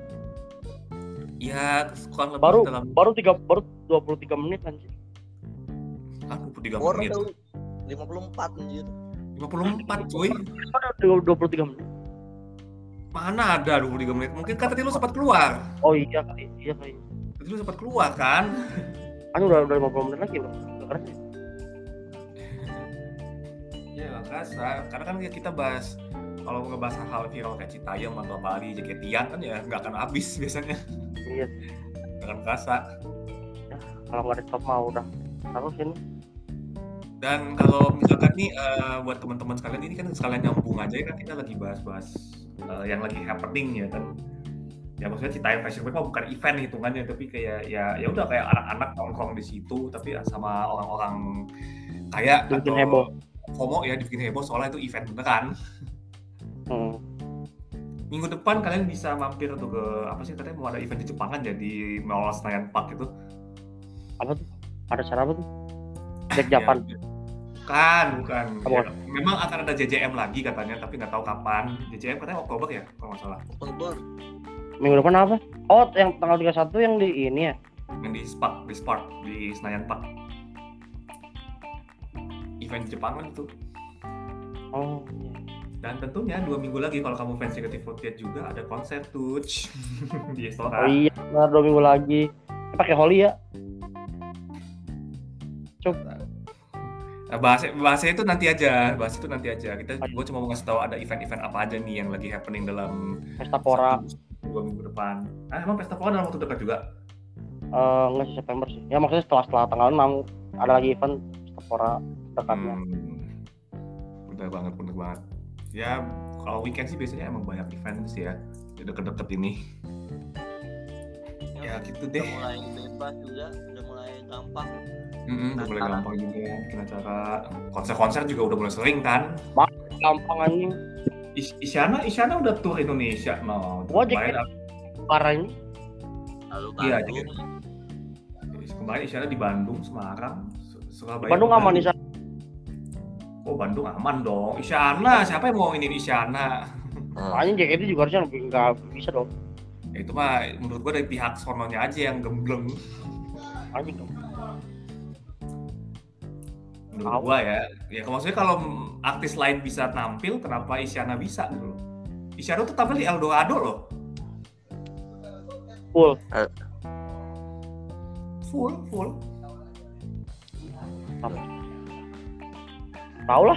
Ya, kurang lebih baru 23 menit anjir. Ah, 23 menit. 54 anjir. 54 cuy. Ada 23 menit. Mana ada 23 menit? Mungkin kan tadi lu sempat keluar. Oh iya kali. Tadi lu sempat keluar kan? Kan udah 50 menit lagi loh. Keren ya. Ya makanya karena kan kita bahas kalau ngebahas hal viral kayak Citayam atau Bali, JKT-an kan ya nggak akan habis biasanya. Iya. Nggak akan kerasa. Ya, kalau nggak di stop mau udah terus ini. Dan kalau misalkan nih buat teman-teman sekalian ini kan sekalian nyambung aja ya kan kita lagi bahas-bahas yang lagi happening ya kan. Ya maksudnya Citayam Fashion Week mah bukan event hitungannya tapi kayak ya udah kayak anak-anak nongkrong di situ tapi sama orang-orang kayak bikin heboh. FOMO ya dibikin heboh soalnya itu event beneran. Minggu depan kalian bisa mampir tuh ke apa sih katanya mau ada event di Jepang kan ya di Mall Senayan Park itu. Apa tuh? Ada cara apa tuh? Jack Japan. Bukan. Ya, memang akan ada JJM lagi katanya tapi nggak tahu kapan. JJM katanya Oktober ya kalau nggak salah. Oktober. Minggu depan apa? Oh, yang tanggal 31 yang di ini ya. Yang di Spark di Senayan Park. Event Jepangan itu. Oh iya. Dan tentunya 2 minggu lagi kalau kamu fans JKT48 juga ada konser tuh di Istora. Oh iya, benar 2 minggu lagi. Pakai Holly ya. Nah, bahasnya itu nanti aja. Gue cuma mau ngasih tahu ada event-event apa aja nih yang lagi happening dalam Pesta Pora. 2 minggu depan. Emang Pesta Pora dalam waktu dekat juga? Enggak sih September sih. Ya maksudnya setelah tanggal 6 ada lagi event Pesta Pora dekatnya. Bener banget. Ya kalau weekend sih biasanya emang banyak event sih ya deket-deket ini. Ya gitu deh. Udah mulai bebas juga, udah mulai gampang. Udah mulai gampang juga bikin acara. Konser-konser juga udah mulai sering kan. Gampang anjing. Isyana udah tour Indonesia no. Gua aja parah ini. Lalu Iya, Bandung. kemarin Isyana di Bandung, Semarang, Surabaya. Bandung aman nih. Oh Bandung aman dong. Isyana, siapa yang mau ini Isyana? Makanya JKT juga harusnya nggak bisa dong. Ya, itu mah menurut gua dari pihak sononya aja yang gembleng. Anjing dong. Menurut gua ya maksudnya kalau artis lain bisa tampil, kenapa Isyana bisa gitu loh? Isyana tuh tampil di Eldorado loh. Full. Tahu lah.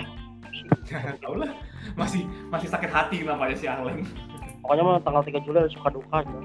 Masih sakit hati namanya si Arlen. Pokoknya mah tanggal 3 Juli ada suka duka aja.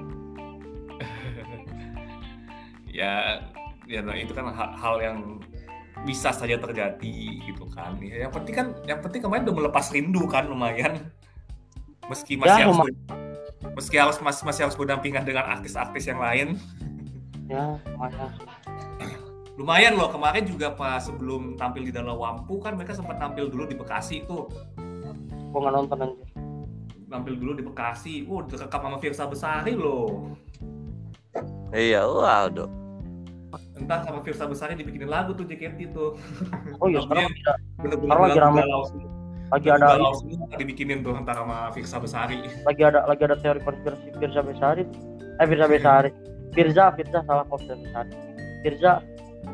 ya itu kan hal yang bisa saja terjadi gitu kan. Ya, yang penting kemarin udah melepas rindu kan lumayan. Meski masih harus berdampingan dengan artis-artis yang lain. Ya, lumayan. Lumayan loh, kemarin juga pas sebelum tampil di Dalam Wampu kan mereka sempat tampil dulu di Bekasi tuh. Gua nggak nonton anjir. Tampil dulu di Bekasi. Direkam sama Firsa Besari loh. Iya, waduh. Entar sama Firsa Besari dibikinin lagu tuh JKT tuh. Oh iya, sekarang bener-bener lagi rame. Lagi ada dibikinin tuh entar sama Firsa Besari. Lagi ada teori konspirasi Firsa Besari. Firsa salah kok Besari. Firsa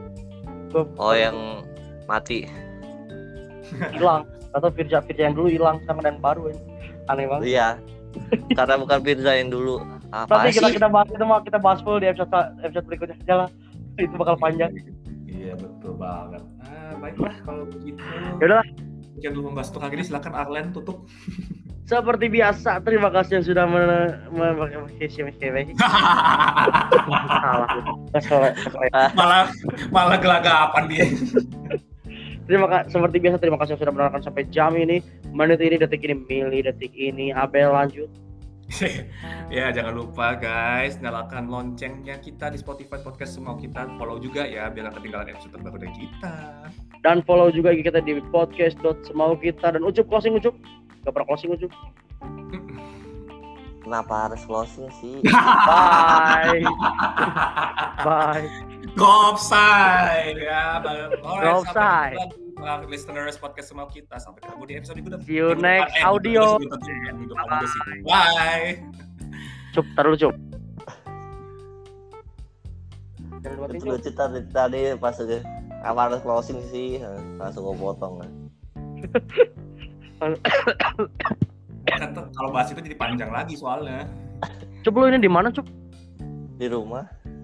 yang mati. Hilang. Atau Firsa yang dulu hilang sekarang dan baru ini. Aneh banget. Iya. Karena bukan Firza yang dulu. Nanti kita bahas full di episode berikutnya aja lah. Itu bakal panjang. Iya betul banget. Baiklah kalau begitu. Yaudah. Jangan lupa membahas untuk ini, silakan Arlen tutup. Seperti biasa, terima kasih yang sudah malah gelagapan dia. Seperti biasa, terima kasih yang sudah menonton sampai jam ini, menit ini, detik ini, mili detik ini. Abel lanjut. Ya jangan lupa guys, nyalakan loncengnya kita di Spotify Podcast Semau Kita. Follow juga ya biar gak ketinggalan episode terbaru dari kita. Dan follow juga kita di podcast.semaukita. Dan closing Ucup. Gak pernah closing Ucup. Kenapa harus closing sih? Bye. Go offside ya. Go offside. Listeners podcast Semau Kita, sampai ketemu di episode berikutnya. See you next audio. Bye. Cup, taruh Cup. Lucu tadi pas apa harus closing sih, langsung gue potong kan. Kalau bahas itu jadi panjang lagi soalnya. Cup, lu ini di mana Cup? Di rumah.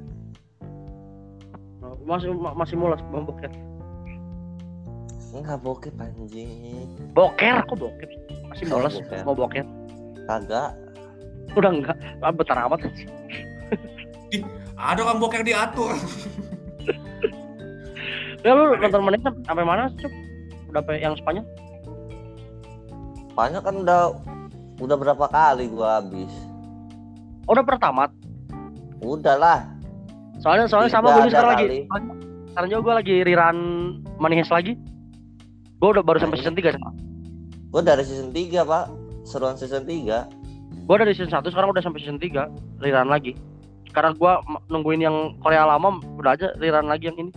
Masih mulas boker. Enggak bokep anjing. Boker, kok bokep? Masih mulas mau boker? Kagak. Udah enggak, bentar amat sih. Ada kan boker diatur. Ya lu nonton menit sampai mana Cup? Udah yang Spanyol? Spanyol kan udah berapa kali gua habis. Oh, udah pertama. Udah lah. Soalnya sama gue sekarang lagi. Sekarang juga gue lagi rerun Money Heist lagi. Gue udah baru sampai season 3 sekarang. Gue dari season 3 pak. Seruan season 3. Gue dari season 1 sekarang udah sampai season 3. Rerun lagi. Sekarang gue nungguin yang Korea lama. Udah aja rerun lagi yang ini.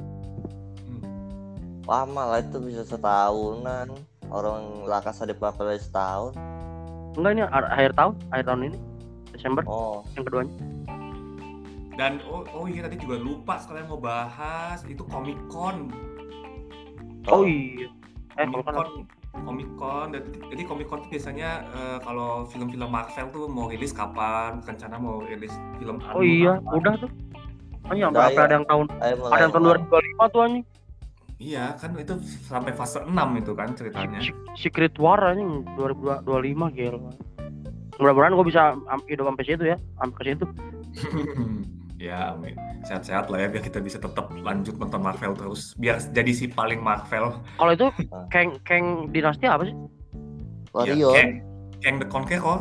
Lama lah itu bisa setahunan. Orang La Casa de Papel setahun. Enggak, ini akhir tahun ini. Desember. Oh. Yang keduanya. Dan oh iya tadi juga lupa sekalian mau bahas itu Comic Con. Oh iya. Comic Con. Jadi Comic Con tuh biasanya kalau film-film Marvel tuh mau rilis kapan, rencana mau rilis film Oh iya, udah tuh. Anjing Udah, sampai ya. ada yang tahun Mulai, ada yang tahun 2025 tuh anjing. Iya kan itu sampai fase 6 itu kan ceritanya. Secret War anjing 2025 gila. Mudah-mudahan gue bisa hidup sampai situ ya, sampai ke situ. Ya amin. Sehat-sehat lah ya biar kita bisa tetap lanjut nonton Marvel terus. Biar jadi si paling Marvel. Kalau itu Kang dinasti apa sih? Warrior. Ya, Kang the Conqueror.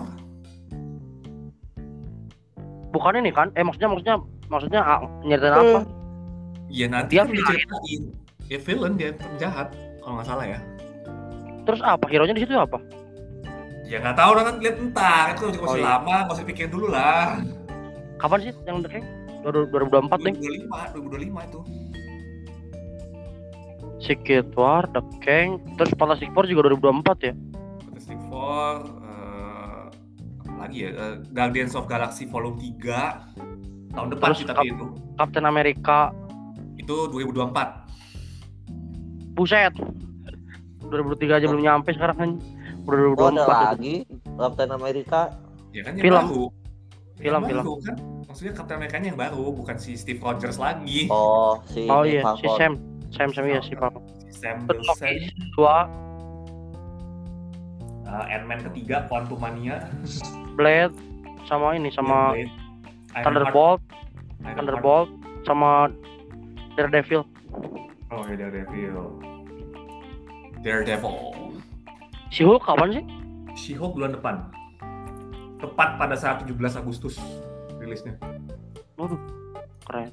Bukan ini kan? Maksudnya nyeritain apa? Iya nanti Dia kan diceritain. Ya villain dia penjahat kalau nggak salah ya. Terus apa? Hero-nya di situ apa? Ya nggak tahu kan lihat entar itu masih lama, nggak usah dipikirin dulu lah. Kapan sih yang The Kang? 2024 nih. 2025 itu. Secret War, The Kang, terus Fantastic Four juga 2024 ya? Fantastic Four, lagi ya, Guardians of Galaxy Volume 3 tahun depan Terus sih tapi itu. Captain America Itu 2024. Buset. 2003 aja belum nyampe sekarang kan. Udah 2024 ada ya. lagi Captain America. Ya kan yang Film. baru. Film. Kan? Maksudnya Captain America-nya yang baru, bukan si Steve Rogers lagi. Oh, si iya, Falcon. si Sam ya si Falcon. Si Sam Terus Wilson. Loki 2, Ant-Man ketiga, Quantumania. Blade sama ini sama Blade, Thunderbolt, Ironheart. Thunderbolt sama Daredevil. Oh ya Daredevil. Si Hulk kapan sih? She-Hulk bulan depan. Tepat pada saat 17 Agustus rilisnya. Waduh, keren.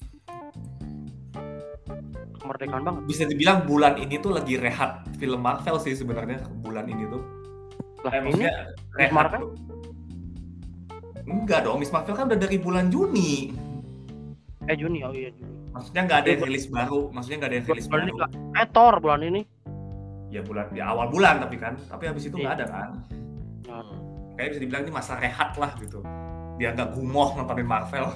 Kemerdekaan banget. Bisa dibilang bulan ini tuh lagi rehat film Marvel sih sebenarnya bulan ini tuh. Lah ini Maksudnya Miss Marvel? tuh. Enggak dong, Miss Marvel kan udah dari bulan Juni. Juni, oh iya Juni. Maksudnya nggak ada yang rilis baru. Bulan ini nggak? Thor bulan ini. Ya bulan di awal bulan tapi habis itu nggak ada kan. Kayak bisa dibilang ini masa rehat lah gitu. Biar nggak gumoh nontonin Marvel.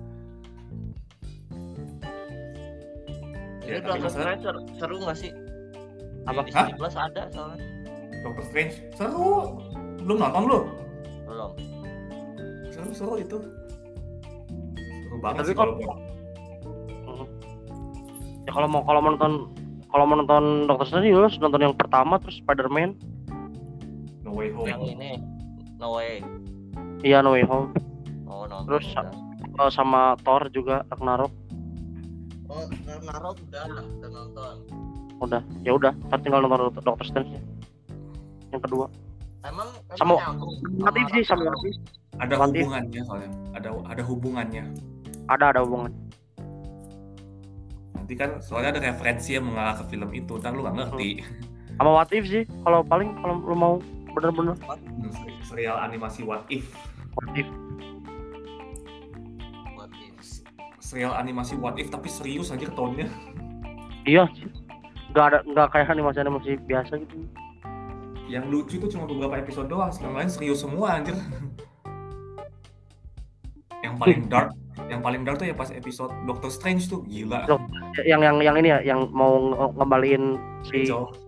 Ini Doctor Strange seru nggak sih? Apa? Di Disney Plus ada soalnya. Doctor Strange seru. Belum nonton lu? Belum. Seru itu. Seru banget Tapi sih kalau ya kalau mau nonton Doctor Strange lu harus nonton yang pertama terus Spider-Man. No Way Home. Yang ini No Way. Iya No Way Home. Oh, nonton. Terus sama Thor juga Ragnarok. Oh, Ragnarok udah nonton. Udah, ya udah, ntar tinggal nonton Doctor Strange yang kedua. Emang Sama nyambung What If sih sama What If. Ada What If. hubungannya soalnya. Ada hubungannya. Ada hubungan. Nanti kan soalnya ada referensi yang mengarah ke film itu, ntar lu nggak ngerti. Sama What If sih, kalau lu mau bener-bener Serial animasi What If. What If. What If. Serial animasi What If tapi serius aja tone-nya. Iya sih. Nggak kayak animasi biasa gitu. Yang lucu itu cuma beberapa episode doang, yang lain serius semua anjir. Yang paling dark tuh ya pas episode Doctor Strange tuh gila. Yang ini ya, yang mau ngembaliin si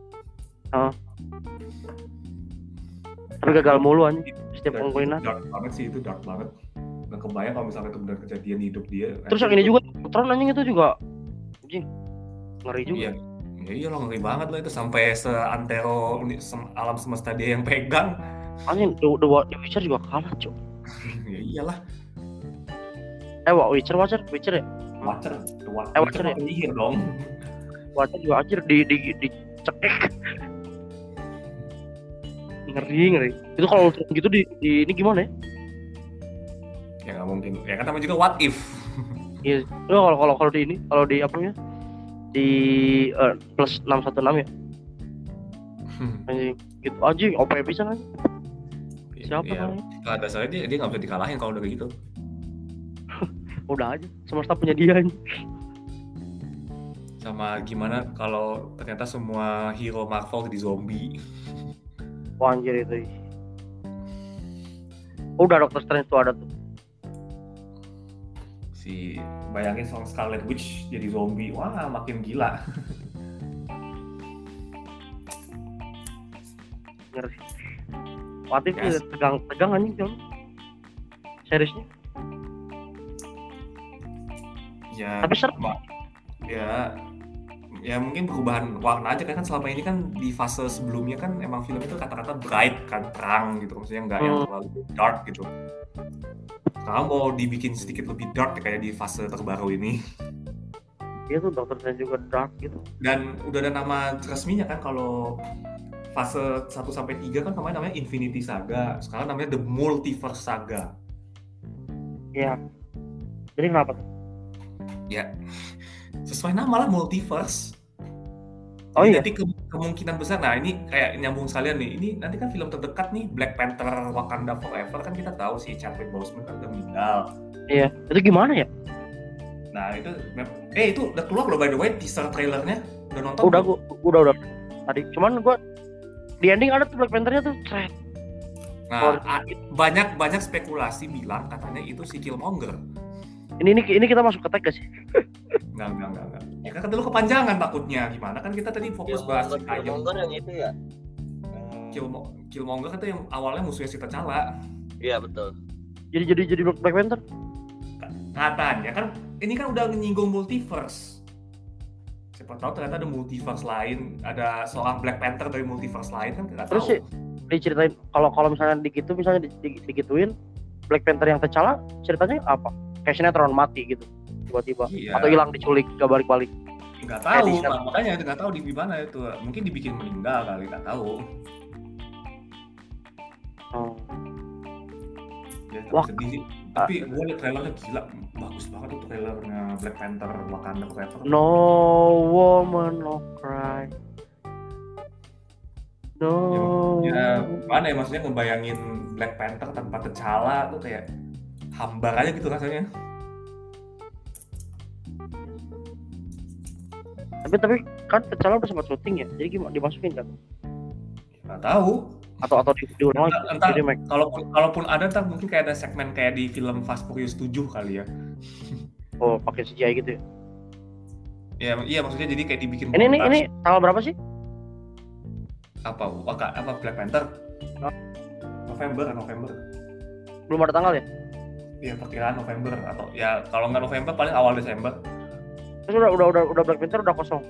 tapi gagal mulu anjing setiap penggulingan. Dark banget sih itu, dark banget. Nggak kebayang kalau misalnya itu benar kejadian hidup dia. Terus yang ini juga Tron anjing itu juga anjing ngeri juga. Iya. Ya iya loh, ngeri banget lah itu sampai seantero alam semesta dia yang pegang. Anjing The Witcher juga kalah, Cuk. Ya iyalah. Witcher ya? Watcher ya? penyihir dong. Watcher juga anjir dicekek. Ngeri. Itu kalau gitu di ini gimana ya? Ya nggak mungkin. Ya kan namanya juga What If. Iya. Kalau di ini, kalau di apa ya? Di plus 616 ya. Anjing gitu anjing, OP bisa kan? Siapa namanya? Kalau dasarnya dia nggak bisa dikalahin kalau udah kayak gitu. Udah aja, semesta punya dia. Sama gimana kalau ternyata semua hero Marvel jadi zombie. Wah anjir itu. Udah Doctor Strange tuh ada tuh. Si bayangin seorang Scarlet Witch jadi zombie, wah makin gila. Ngeri. Waktu itu Yes. tegang anjing film. Seriesnya. Ya, Tapi seru. ya mungkin perubahan warna aja kan selama ini kan di fase sebelumnya kan emang film itu kata-kata bright kan, terang gitu, maksudnya nggak yang terlalu dark gitu. Sekarang mau dibikin sedikit lebih dark kayak di fase terbaru ini. Iya tuh Doctor Strange juga dark gitu. Dan udah ada nama resminya kan, kalau fase 1-3 kan kemarin namanya Infinity Saga, sekarang namanya The Multiverse Saga. Iya. Jadi kenapa tuh? Ya, sesuai nama lah, multiverse. Oh iya. Jadi kemungkinan besar, nah ini kayak nyambung sekalian nih, ini nanti kan film terdekat nih, Black Panther Wakanda Forever, kan kita tahu si Chadwick Boseman kan udah meninggal. Iya. Itu gimana ya? Nah itu udah keluar loh by the way, teaser trailernya. Udah nonton? Udah tadi. Cuman gua di ending ada tuh Black Panther-nya tuh keren. Nah, banyak spekulasi bilang katanya itu si Killmonger. Ini kita masuk ke tag gak sih? Enggak. Ya kan dulu kepanjangan takutnya gimana, kan kita tadi fokus bahas si Ayem. Killmonger yang itu ya. Killmonger itu yang awalnya musuhnya si T'Challa. Iya betul. Jadi Black Panther. Katanya kan ini kan udah menyinggung multiverse. Siapa tahu ternyata ada multiverse lain, ada seorang Black Panther dari multiverse lain kan nggak tahu. Terus sih diceritain kalau misalnya digituin Black Panther yang T'Challa ceritanya apa? Kayak sinetron mati gitu tiba-tiba. Iya. Atau hilang diculik gak balik-balik. Nggak tahu, makanya nggak tahu di mana itu. Mungkin dibikin meninggal kali, nggak tahu. Oh. Ya, Wah. sedih sih. Tapi gue liat trailernya gila, bagus banget tuh trailernya Black Panther Wakanda Forever. No woman no cry. No. Ya, mana ya maksudnya ngebayangin Black Panther tanpa T'Challa tuh kayak hambar aja gitu rasanya. Tapi kan T'Challa udah sempat syuting ya. Jadi gimana dimasukin kan? Nggak tahu. Atau diulang lagi. Entar, Jadi make. kalaupun ada ntar mungkin kayak ada segmen kayak di film Fast Furious 7 kali ya. Oh, pakai CGI gitu ya. Iya maksudnya jadi kayak dibikin. Ini tanggal berapa sih? Apa Black Panther? November. Belum ada tanggal ya? Iya, perkiraan November atau ya kalau nggak November paling awal Desember. Terus udah Black Panther udah kosong.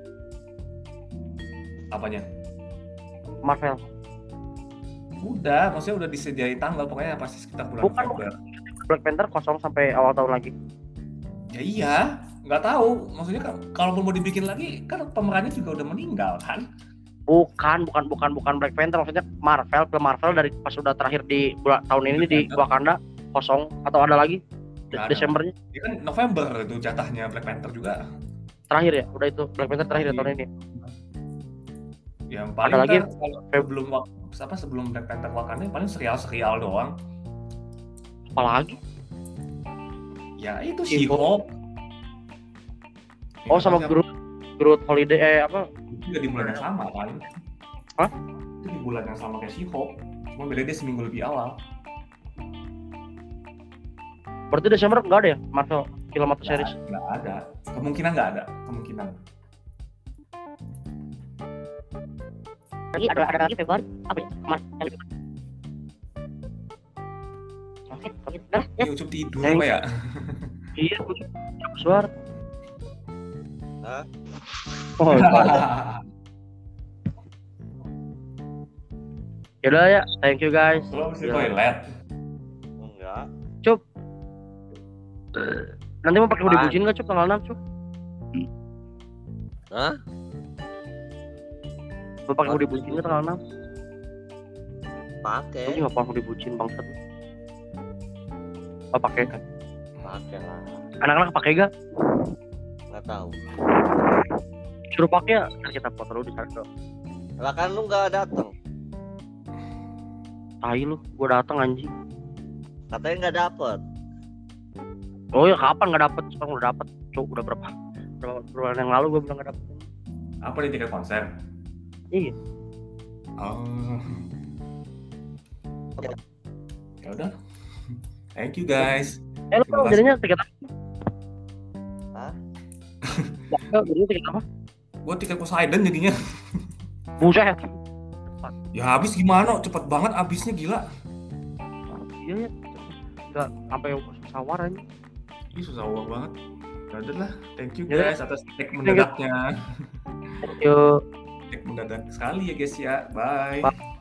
Apanya? Marvel. Udah, maksudnya udah disediain tanggal, pokoknya pasti sekitar bulan November. Black Panther kosong sampai awal tahun lagi. Ya iya, nggak tahu. Maksudnya kan kalaupun mau dibikin lagi kan pemerannya juga udah meninggal kan? Bukan Black Panther, maksudnya film Marvel dari pas udah terakhir di tahun ini di Wakanda kosong atau ada lagi Desembernya? Ya kan November itu jatahnya Black Panther juga. Terakhir ya, udah itu Black Panther terakhir tahun ini. Yang paling ada lagi sebelum Black Panther Wakanda paling serial doang. Apalagi? Ya itu She-Hulk. Oh sama Groot Holiday apa? Itu juga di bulan yang sama kan? Hah? Itu di bulan yang sama kayak She-Hulk. Cuma beda dia seminggu lebih awal. Berarti Desember nggak ada ya Marvel film atau series? Nggak ada. Kemungkinan nggak ada. Kemungkinan. Lagi ada lagi Februari apa ya? Maret. Oke, udah ya. Ini Ucup tidur apa ya? Iya, suara. Hah? Oh, yaudah ya, thank you guys. Lo mesti toilet. Enggak. Cup. Nanti mau pakai hoodie bucin nggak Cup tanggal 6 Cup? Hah? Mau pakai hoodie bucin nggak tanggal 6? Pakai. Ini nggak pakai hoodie bucin bangsat. Oh pakai. Pakai lah. Anak-anak pakai gak? Nggak tahu. Suruh pakai ya, ntar kita foto dulu di sana. Lah kan lu nggak datang. Tai lu, gua datang anjing. Katanya nggak dapet. Oh ya kapan nggak dapet? Sekarang udah dapet. Cuk, udah berapa bulan yang lalu gua bilang nggak dapet. Apa nih tiket konser? Iya. Oh. Ya udah. Thank you guys. Lu Terima kasih. jadinya tiket Jadi tiket apa? Gue tiket Poseidon jadinya. Buset. Ya habis gimana? Cepet banget habisnya gila. Iya ya. Enggak sampai sawar aja. Ih susah banget. Ya udah lah, thank you Ya udah. guys atas tag mendadaknya. Yuk. Tag mendadak sekali ya guys ya. Bye. Bye.